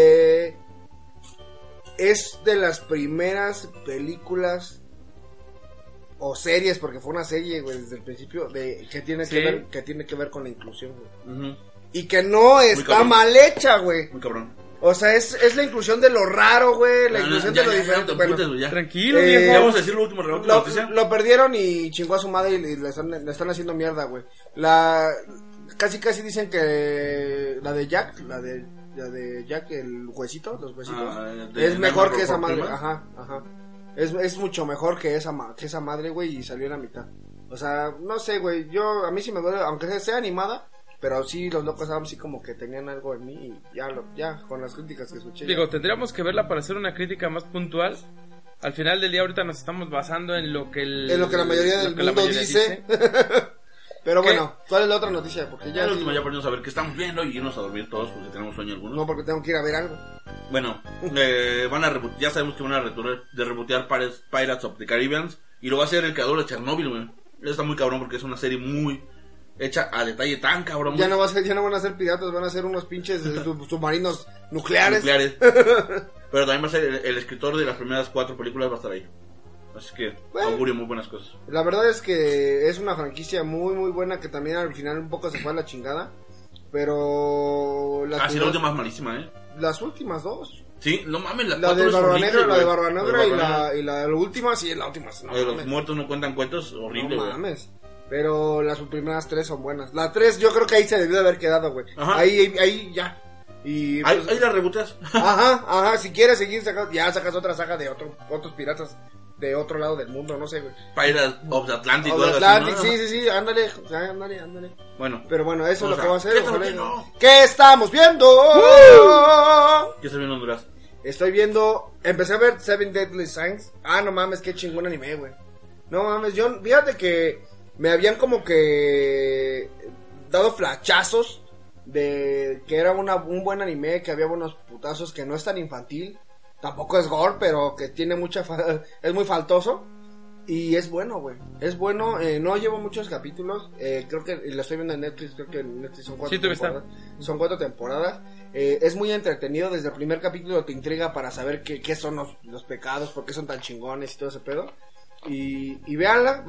Es de las primeras películas o series, porque fue una serie, güey, desde el principio, que tiene que ver con la inclusión, güey. Y que no está mal hecha, güey. Muy cabrón. O sea, es la inclusión de lo raro, güey. La inclusión de lo diferente. Tranquilo, viejo. Vamos a decir lo último. Lo perdieron y chingó a su madre y le están haciendo mierda, güey. Casi dicen que la de Jack, el huesito, los huesitos, es mejor que esa madre. Ajá. Es mucho mejor que esa madre, güey, y salió en la mitad. O sea, no sé, güey. A mí sí me duele, aunque sea animada. Pero sí, los Locos Adams sí como que tenían algo en mí y ya con las críticas que escuché. Digo, tendríamos que verla para hacer una crítica más puntual. Al final del día ahorita nos estamos basando en lo que la mayoría del mundo dice. Pero bueno, ¿cuál es la otra noticia? Porque ya ponemos a ver qué estamos viendo y irnos a dormir todos porque tenemos sueño algunos. No, porque tengo que ir a ver algo. Bueno, ya sabemos que van a rebotear Pirates of the Caribbean y lo va a hacer el creador de Chernobyl, güey. Está muy cabrón porque es una serie muy hecha a detalle tan cabrón. Ya no van a ser piratas, van a ser unos pinches submarinos nucleares. Pero también va a ser el escritor de las primeras 4 películas, va a estar ahí. Así que augurio muy buenas cosas. La verdad es que es una franquicia muy muy buena que también al final un poco se fue a la chingada. Pero la última es malísima, Las últimas 2. Sí, no mames, la de Barba Negra y la última, sí, la última. No, los muertos no cuentan cuentos, horrible, no mames. Pero las primeras 3 son buenas. La 3 yo creo que ahí se debió de haber quedado, güey. Ahí ya. Y pues, ahí las rebotas. Ajá, si quieres seguir sacando, ya sacas otra saga de otros piratas de otro lado del mundo, no sé, güey. Pirates of the Atlantic o algo así, ¿no? Sí, ándale. Bueno. Pero bueno, eso es lo que va a hacer. ¿Qué estamos viendo? ¿Qué estás viendo, Honduras? Empecé a ver Seven Deadly Sins. No mames, qué chingón anime, güey. No mames, fíjate que me habían como que dado flachazos de que era un buen anime, que había buenos putazos, que no es tan infantil, tampoco es gore, pero que tiene es muy faltoso y es bueno, güey. Es bueno, no llevo muchos capítulos, creo que lo estoy viendo en Netflix, creo que en Netflix son 4 temporadas. Son 4 temporadas. Es muy entretenido, desde el primer capítulo te intriga para saber qué son los pecados, por qué son tan chingones y todo ese pedo. Y véanla,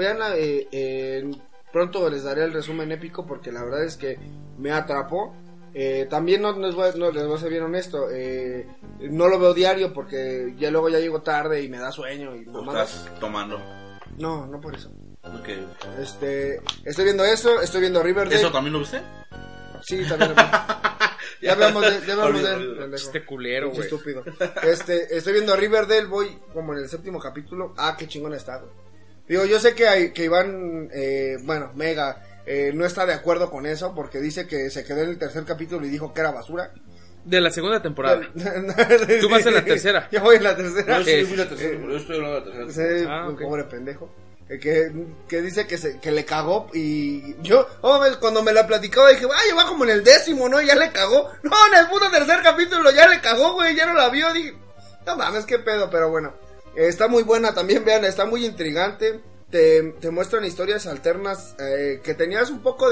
pronto les daré el resumen épico porque la verdad es que me atrapó. También no les voy a ser bien honesto, no lo veo diario porque ya llego tarde y me da sueño y ¿Estás tomando? No por eso. Okay. Estoy viendo eso, estoy viendo Riverdale. ¿Eso también lo viste? Sí, también. Ya vemos de él. Este culero, güey. Estúpido. Estoy viendo Riverdale, voy como en el 7º capítulo. Qué chingón está, güey. Digo, yo sé que Iván, Mega, no está de acuerdo con eso porque dice que se quedó en el 3er capítulo y dijo que era basura. De la 2ª temporada. Tú vas en la 3ª. Yo voy en la 3ª. Yo sí fui la 3ª, yo estoy hablando de la 3ª. Okay. Pobre pendejo. Que dice que le cagó y yo, cuando me la platicaba dije, ya va como en el 10º, ¿no? Ya le cagó. No, en el puto 3er capítulo ya le cagó, güey, ya no la vio. Dije, no mames, qué pedo, pero bueno. Está muy buena también, vean, está muy intrigante. Te muestran historias alternas que tenías un poco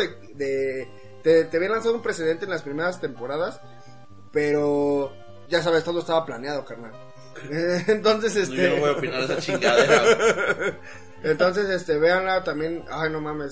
te habían lanzado un precedente en las primeras temporadas, pero ya sabes, todo estaba planeado, carnal. Entonces, yo no voy a opinar de esa chingadera. Entonces, véanla también. Ay, no mames.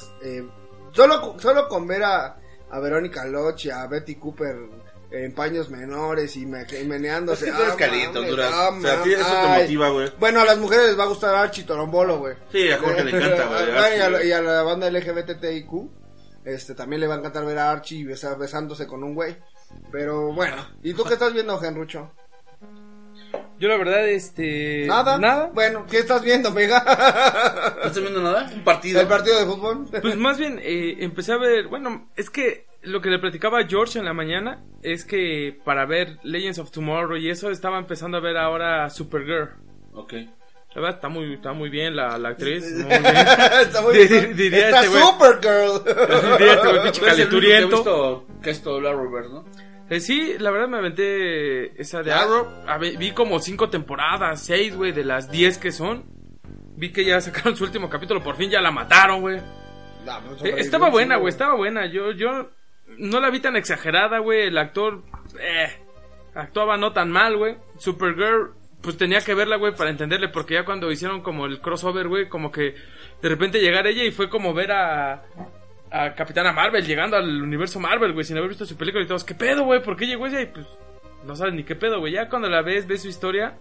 Solo con ver a Verónica Loch y a Betty Cooper en paños menores y meneándose. Es caliente, Honduras. O sea, a ti eso te motiva, güey. Bueno, a las mujeres les va a gustar Archie Torombolo, güey. Sí, a Jorge le encanta, güey. Y a la banda LGBTIQ. También le va a encantar ver a Archie besándose con un güey. Pero bueno, ¿y tú qué estás viendo, Genrucho? Yo la verdad, ¿Nada? Bueno, ¿qué estás viendo, Mega? ¿No estás viendo nada? ¿Un partido? ¿El partido de fútbol? Pues más bien, empecé a ver, bueno, es que lo que le platicaba a George en la mañana es que para ver Legends of Tomorrow y eso, estaba empezando a ver ahora Supergirl. Ok. La verdad, está muy bien la actriz. Muy bien. Está muy bien. Diría ¡Está Supergirl! Diría este güey, pinche calenturiento. Que es todo Arrowverse, ¿no? Sí, la verdad me aventé esa de Arrow. Vi como 5 temporadas, 6, güey, de las 10 que son. Vi que ya sacaron su último capítulo, por fin ya la mataron, güey. Estaba buena, güey, estaba buena. Yo no la vi tan exagerada, güey. El actor actuaba no tan mal, güey. Supergirl, pues tenía que verla, güey, para entenderle, porque ya cuando hicieron como el crossover, güey, como que de repente llegar ella y fue como ver a Capitana Marvel llegando al universo Marvel, güey, sin haber visto su película y todos, ¿qué pedo, güey? ¿Por qué llegó ella? Y pues no sabes ni qué pedo, güey. Ya cuando la ves su historia,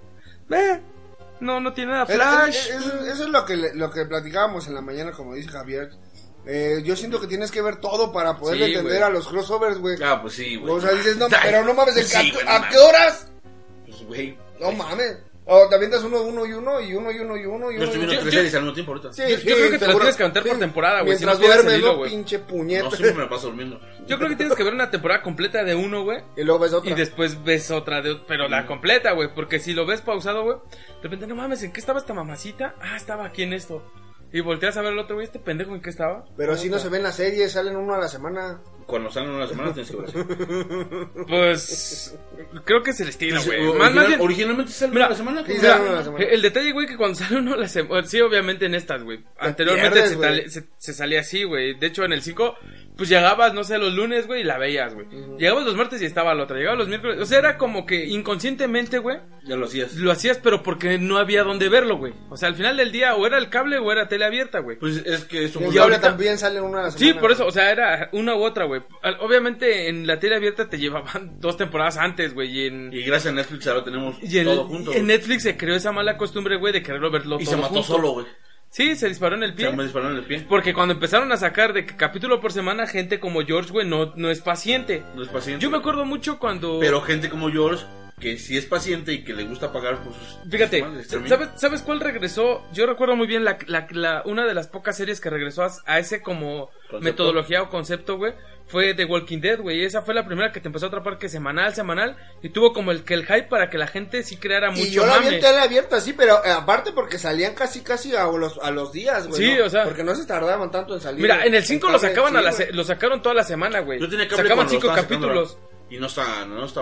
no tiene nada Flash. Eso es lo que platicábamos en la mañana, como dice Javier. Yo siento que tienes que ver todo para poder entender a los crossovers, güey. Ah, pues sí, güey. O sea, dices, no, pero no mames, Sí, ¿a qué horas? Pues, güey. No mames. O te avientas uno y uno. Yo estoy viendo 3 series al mismo tiempo ahorita. Sí, yo creo que te lo tienes que aventar por temporada, güey. Mientras duermes, ¿no? Pinche puñeta. No, siempre me la paso durmiendo. Yo creo que tienes que ver una temporada completa de uno, güey. Y luego ves otra. Y después ves otra pero la completa, güey. Porque si lo ves pausado, güey, de repente, no mames, ¿en qué estaba esta mamacita? Ah, estaba aquí en esto. Y volteas a ver el otro, güey, este pendejo, ¿en qué estaba? Pero así no se ven las series, salen uno a la semana. Cuando salen una semana tienes que ver así. Pues creo que es el estilo, güey. Originalmente sale una semana. Sí, sale una semana. El detalle, güey, que cuando sale uno a la semana, sí, obviamente en estas, güey. Anteriormente se salía así, güey. De hecho, en el 5, pues llegabas, no sé, los lunes, güey, y la veías, güey. Llegabas los martes y estaba la otra. Llegabas los miércoles. O sea, era como que inconscientemente, güey. Ya lo hacías. Lo hacías, pero porque no había dónde verlo, güey. O sea, al final del día, o era el cable o era tele abierta, güey. Pues es que eso. Y ahora también salen una a la semana. Sí, por eso, o sea, era una u otra, güey. Obviamente en la tele abierta te llevaban 2 temporadas antes, güey. Y gracias a Netflix ahora tenemos todo junto. En Netflix se creó esa mala costumbre, güey, de quererlo verlo todo y se mató junto. Solo, güey. Sí, se disparó en el pie. Se me disparó en el pie. Porque cuando empezaron a sacar de capítulo por semana, gente como George, güey, no es paciente. No es paciente. Yo me acuerdo mucho cuando... Pero gente como George, que sí es paciente y que le gusta pagar por sus... Fíjate, ¿sabes cuál regresó? Yo recuerdo muy bien una de las pocas series que regresó a ese como ¿concepto? Metodología o concepto, güey. Fue The Walking Dead, güey. Esa fue la primera que te empezó a atrapar, que semanal. Y tuvo como el hype para que la gente sí creara mucho mame. Y yo la vi en tele abierta, sí, pero aparte porque salían casi a los días, güey. Sí, ¿no? O sea. Porque no se tardaban tanto en salir. Mira, en el 5 lo sacaban lo sacaron toda la semana, güey. Yo tenía cable. Sacaban 5 capítulos. Y no estaba.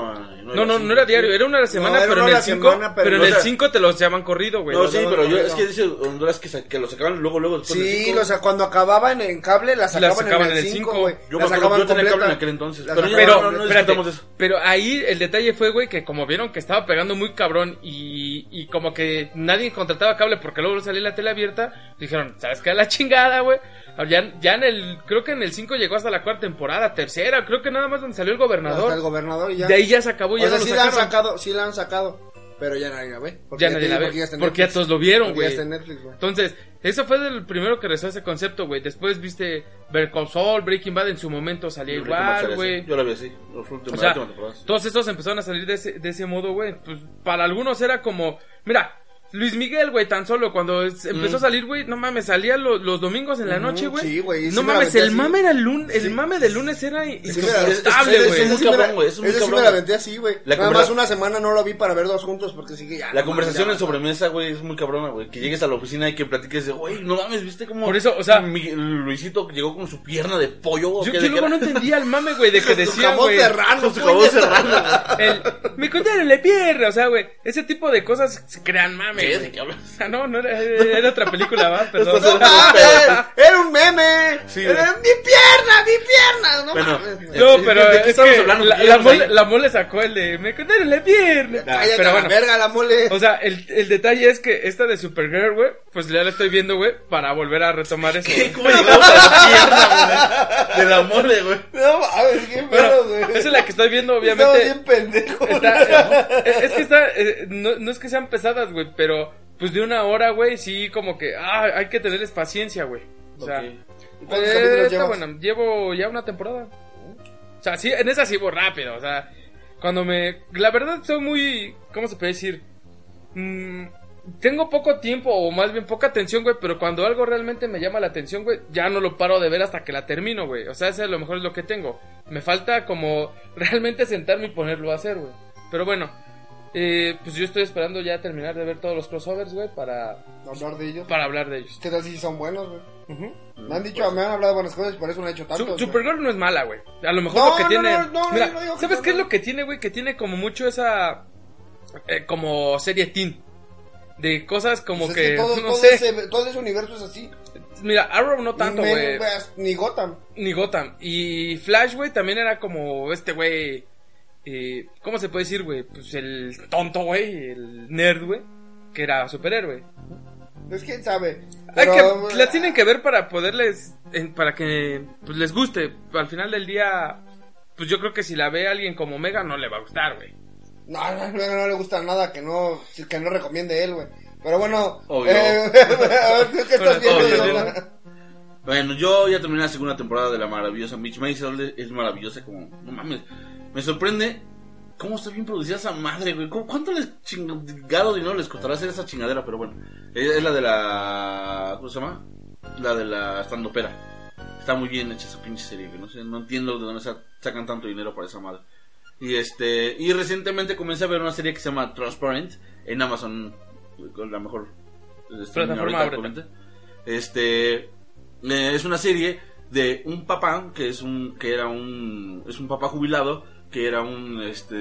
No era diario, era una a la semana, pero en el 5. Pero en el 5 te los llaman corrido, güey. No, sí, pero es que dice Honduras que lo sacaban luego después. Sí, o sea, cuando acababan en cable, la sacaban en el 5, güey. Yo tenía cable en aquel entonces. Pero ahí el detalle fue, güey, que como vieron que estaba pegando muy cabrón y como que nadie contrataba cable porque luego salía la tele abierta, dijeron, ¿sabes qué? A la chingada, güey. Ya creo que en el 5 llegó hasta la 4ª temporada, 3ª, creo que nada más donde salió el gobernador. Hasta el gobernador y ya. De ahí ya se acabó, ya o sea, no sí lo sacaron. Sí la han sacado, pero ya nadie la ve. Ya nadie la ve, porque ya todos lo vieron, güey. Ya está en Netflix, güey. Entonces, eso fue el primero que rezó ese concepto, güey. Después viste Better Call Saul, Breaking Bad en su momento salía igual, güey. Yo la vi así, los últimos, o sea, todos estos empezaron a salir de ese modo, güey. Pues para algunos era como, mira, Luis Miguel, güey, tan solo cuando empezó a salir, güey, no mames, salía los domingos en la noche, güey. Sí, güey. No mames, el mame era el mame del lunes era insoportable, güey. Es muy cabrón, güey. Ese sí me la aventé así, güey. Nada más una semana no lo vi para ver 2 juntos porque sí que ya. La conversación en sobremesa, güey, es muy cabrona, güey. Que llegues a la oficina y que platiques de, güey, no mames, ¿viste cómo? Por eso, o sea, Luisito llegó con su pierna de pollo. Yo luego no entendía el mame, güey, de que decían, güey. Con su jamón serrano, me contaron la pierna, o sea, güey, ese tipo de cosas se crean mame. ¿Qué? ¿De qué hablas? No, era otra película, va, perdón. No mames, era un meme. Sí, era mi pierna. No, pero es que la mole sacó el de me contaron la pierna. Pero bueno, verga la mole. O sea, el detalle es que esta de Supergirl, güey, pues ya la estoy viendo, güey, para volver a retomar eso. ¿Cómo llegamos a la pierna, güey? De la mole, güey. No mames, qué pedo, güey. Esa es la que estoy viendo, obviamente. Estaba bien pendejo. Es que no es que sean pesadas, güey, pero pues de 1 hora, güey, sí, como que, hay que tenerles paciencia, güey. O sea, ¿Cuántos capítulos llevas? Bueno, llevo ya una temporada. O sea, sí, en esa sí voy rápido, o sea, la verdad soy muy, ¿cómo se puede decir? Tengo poco tiempo, o más bien poca atención, güey, pero cuando algo realmente me llama la atención, güey, ya no lo paro de ver hasta que la termino, güey. O sea, ese a lo mejor es lo que tengo. Me falta como realmente sentarme y ponerlo a hacer, güey. Pero bueno, pues yo estoy esperando ya terminar de ver todos los crossovers, güey, para hablar de ellos. ¿Qué tal si son buenos, güey? Me han dicho, me han hablado buenas cosas y por eso no he hecho tanto. Supergirl no es mala, güey. A lo mejor lo que tiene... Mira, ¿sabes qué es lo que tiene, güey? Que tiene como mucho esa... como serie teen. De cosas como pues que... todo ese universo es así. Mira, Arrow no tanto, güey. Ni Gotham. Y Flash, güey, también era como este güey... ¿cómo se puede decir, güey? Pues el tonto, güey, el nerd, güey, que era superhéroe. Pues quién sabe. La tienen que ver para poderles, para que pues, les guste. Al final del día, pues yo creo que si la ve alguien como Mega no le va a gustar, güey. No le gusta nada que no recomiende él, güey. Pero bueno, ¿qué estás viendo? Bueno, yo ya terminé la segunda temporada de la maravillosa Mitch Maisel. Es maravillosa, como, no mames. Me sorprende cómo está bien producida esa madre, güey. ¿Cuánto chingado dinero les costará hacer esa chingadera? Pero bueno, es la de la... ¿Cómo se llama? La de la standupera. Está muy bien hecha esa pinche serie, güey. No sé, no entiendo de dónde sacan tanto dinero para esa madre. Y recientemente comencé a ver una serie que se llama Transparent en Amazon, con la mejor plataforma ahorita. Es una serie de un papá es un papá jubilado que era un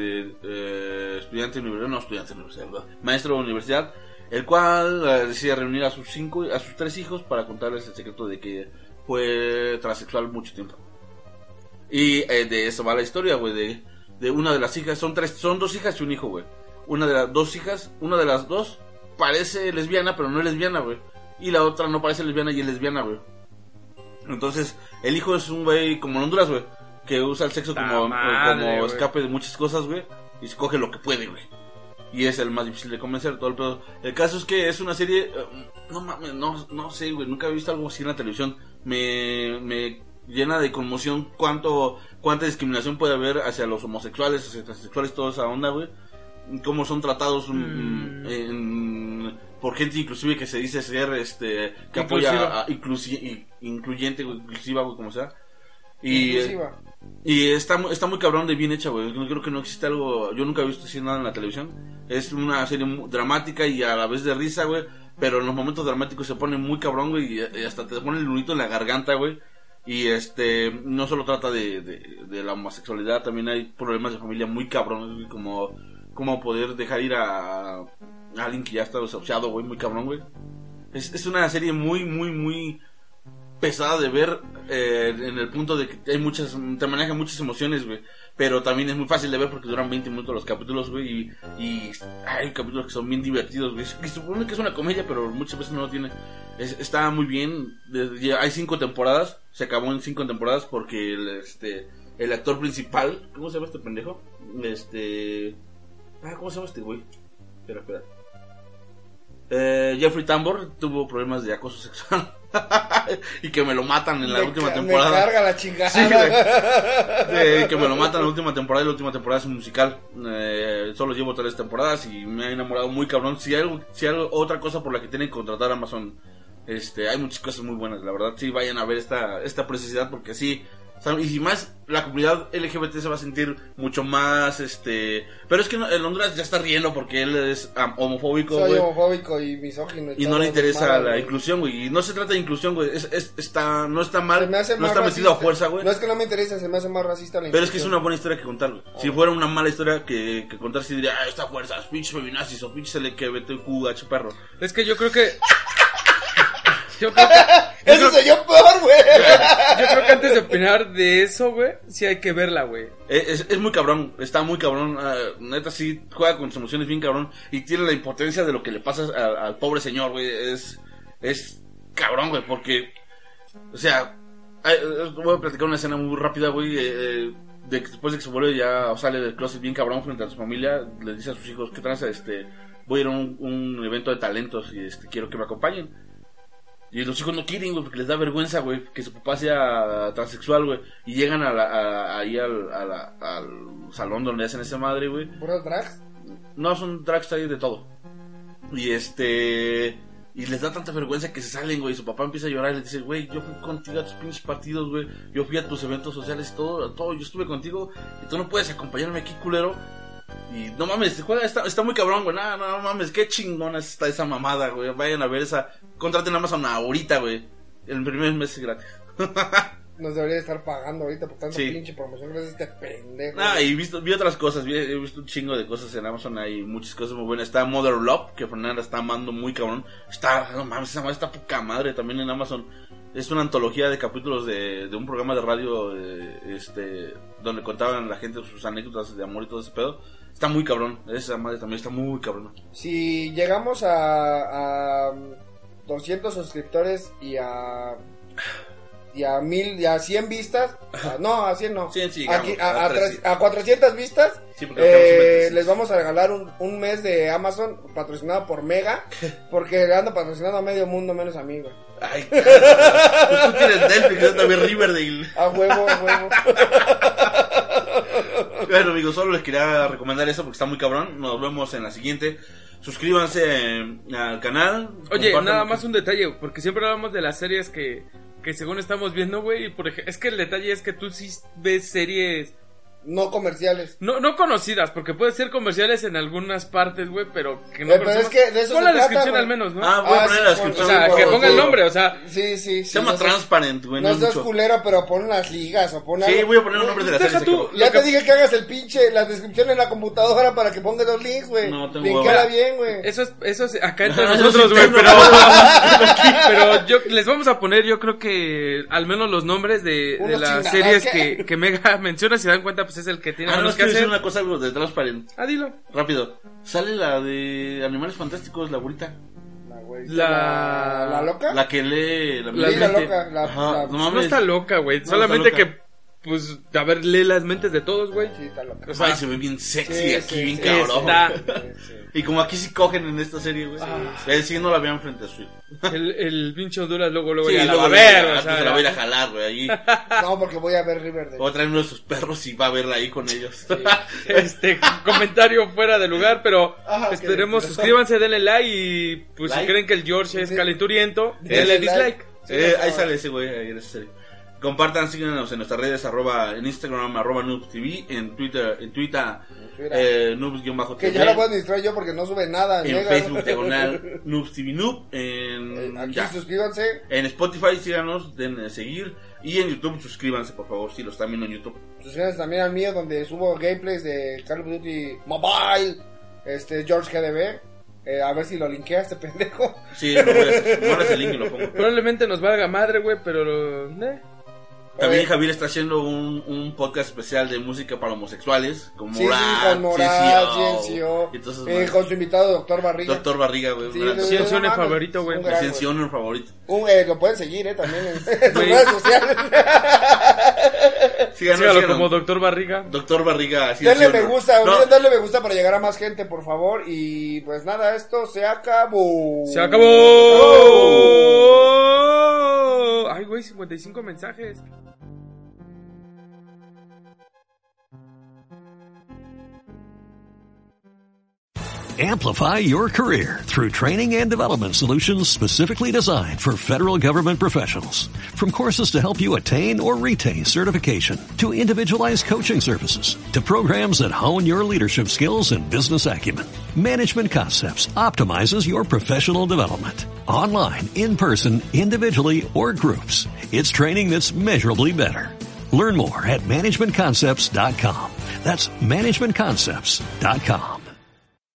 maestro de universidad, el cual decide reunir a sus 3 hijos para contarles el secreto de que fue transexual mucho tiempo. Y de eso va la historia, güey, de una de las hijas. Son 2 hijas y un hijo, güey. Una de las dos parece lesbiana, pero no es lesbiana, güey. Y la otra no parece lesbiana y es lesbiana, güey. Entonces, el hijo es un güey como en Honduras, güey, que usa el sexo como escape de muchas cosas, güey, y se coge lo que puede, güey. Y es el más difícil de convencer, todo el pedo. El caso es que es una serie, no mames, no sé, güey, nunca he visto algo así en la televisión. Me llena de conmoción cuánta discriminación puede haber hacia los homosexuales, hacia transexuales, toda esa onda, güey. Cómo son tratados por gente inclusive que se dice ser que apoya incluyente, inclusiva, güey, como sea. Y está muy cabrón de bien hecha, güey. Yo creo que no existe algo, yo nunca he visto así nada en la televisión. Es una serie dramática y a la vez de risa, güey, pero en los momentos dramáticos se pone muy cabrón, güey, y hasta te pone el nudito en la garganta, güey. Y no solo trata de la homosexualidad, también hay problemas de familia muy cabrones, güey, como poder dejar ir a alguien que ya está desahuciado, güey, muy cabrón, güey. Es una serie muy, muy, muy pesada de ver, en el punto de que te maneja muchas emociones, güey. Pero también es muy fácil de ver porque duran 20 minutos los capítulos, güey. Y hay capítulos que son bien divertidos, güey. Se supone que es una comedia, pero muchas veces no lo tiene. Está muy bien. Hay 5 temporadas. Se acabó en 5 temporadas porque el actor principal, ¿cómo se llama este pendejo? ¿Cómo se llama este güey? Espera. Jeffrey Tambor tuvo problemas de acoso sexual. Y que me lo matan en la última temporada. Me carga la chingada. Sí, que me lo matan en la última temporada. Y la última temporada es un musical. Solo llevo 3 temporadas y me ha enamorado muy cabrón. Si hay otra cosa por la que tienen que contratar a Amazon, hay muchas cosas muy buenas, la verdad. Sí, vayan a ver esta preciosidad porque sí. Y si más la comunidad LGBT se va a sentir mucho más, pero es que el Honduras ya está riendo porque él es homofóbico, soy homofóbico y misógino y no le interesa la inclusión, güey. Y no se trata de inclusión, güey. No está mal, no está metido a fuerza, güey. No es que no me interesa, se me hace más racista la inclusión. Pero es que es una buena historia que contar, güey. Si fuera una mala historia que contar, sí diría, esta fuerza, pinches feminazis o pinches LGBTQ, perro. Es que yo creo que Eso soy yo peor, güey. Yo creo que antes de opinar de eso, güey, sí hay que verla, güey. Es muy cabrón, está muy cabrón. Neta, sí juega con sus emociones bien cabrón. Y tiene la impotencia de lo que le pasa al pobre señor, güey. Es cabrón, güey, porque, o sea, voy a platicar una escena muy rápida, güey. Después de que se vuelve ya, o sale del closet bien cabrón frente a su familia, le dice a sus hijos, ¿qué tranza? Voy a ir a un evento de talentos y quiero que me acompañen. Y los chicos no quieren, güey, porque les da vergüenza, güey, que su papá sea transexual, güey. Y llegan ahí al salón donde hacen esa madre, güey. ¿Puros drags? No, son drags ahí de todo. Y y les da tanta vergüenza que se salen, güey. Y su papá empieza a llorar y le dice, güey, yo fui contigo a tus pinches partidos, güey. Yo fui a tus eventos sociales y todo. Yo estuve contigo y tú no puedes acompañarme aquí, culero. Y no mames, está muy cabrón, güey. No mames, qué chingona está esa mamada, güey. Vayan a ver esa. Contraten Amazon ahorita, güey. El primer mes es gratis. Nos debería estar pagando ahorita por tanta Sí. pinche promoción. Gracias a este pendejo. Y vi otras cosas. He visto un chingo de cosas en Amazon. Hay muchas cosas muy buenas. Está Mother Love, que Fernanda está amando muy cabrón. No mames, esa madre está poca madre también en Amazon. Es una antología de capítulos de un programa de radio donde contaban la gente sus anécdotas de amor y todo ese pedo. Está muy cabrón. Esa madre también está muy cabrón. Si llegamos a 200 suscriptores y a 1000 y a 100 vistas, a 100 no. 100 sí, a 400 vistas, sí, porque les vamos a regalar un mes de Amazon patrocinado por Mega, porque le ando patrocinando a medio mundo menos a mí, güey. Ay, pues tú tienes Netflix, yo también Riverdale. A huevo. Bueno, amigos, solo les quería recomendar eso porque está muy cabrón. Nos vemos en la siguiente. Suscríbanse al canal. Oye, nada más un detalle, porque siempre hablamos de las series que según estamos viendo, güey. Es que el detalle es que tú sí ves series no comerciales. No conocidas, porque puede ser comerciales en algunas partes, güey, pero que no. Pero es que de eso pon se la descripción trata, al menos, ¿no? Voy a poner la descripción. O sea, que ponga el nombre, o sea. Sí. Se llama Transparent, güey. No seas culero, pero pon las ligas o pon algo. Sí, voy a poner el nombre de la serie. Ya te dije que hagas la descripción en la computadora para que pongas los links, güey. No tengo Linkala bien, güey. Eso es acá entre nosotros, güey, pero yo les vamos a poner, yo creo que al menos los nombres de las series que Mega menciona, si dan cuenta, pues es el que tiene que hacer una cosa algo de Transparent. Dilo. Rápido. Sale la de Animales Fantásticos, la güerita. ¿La loca? La que lee la loca. No está loca, güey. Solamente que, pues, a ver, lee las mentes de todos, güey. Sí, está loca. O sea, se ve bien sexy aquí, bien cabrón. Y como aquí sí cogen en esta serie, güey. Sí, no la vean frente a su hijo. El pinche Honduras luego sí, ya la va a ver. O sea, se la voy a ir a jalar, güey, allí. No, porque voy a ver Riverdale. Voy a traer uno de sus perros y va a verla ahí con ellos. Sí. Comentario fuera de lugar, pero esperemos, suscríbanse, denle like y pues si creen que el George es calenturiento, denle dislike. Ahí sale ese güey, ahí en esa serie. Compartan, síganos en nuestras redes, en Instagram, @NoobsTV, en Twitter, Noobs-TV. Que ya lo puedo administrar yo porque no sube nada. En Facebook, NoobsTV Noob. Aquí suscríbanse. En Spotify, síganos, denle seguir. Y en YouTube, suscríbanse, por favor, si lo están viendo en YouTube. Suscríbanse también al mío, donde subo gameplays de Call of Duty Mobile, George GDB. A ver si lo linkea este pendejo. Sí, lo voy a hacer. Ahora ese link y lo pongo. Probablemente nos valga madre, güey, pero... También Javier está haciendo un podcast especial de música para homosexuales con Morat, CNCO. Entonces, con su invitado Doctor Barriga. Doctor Barriga, güey. Ciención favorito, güey. Ciención favorito. Lo pueden seguir, también en sus redes sociales. Síganlo como Doctor Barriga. Doctor Barriga. Denle me gusta, olviden darle me gusta para llegar a más gente, por favor. Y pues nada, esto se acabó. ¡Se acabó! Ay, güey, 55 mensajes. Amplify your career through training and development solutions specifically designed for federal government professionals. From courses to help you attain or retain certification, to individualized coaching services, to programs that hone your leadership skills and business acumen, Management Concepts optimizes your professional development. Online, in person, individually, or groups, it's training that's measurably better. Learn more at managementconcepts.com. That's managementconcepts.com.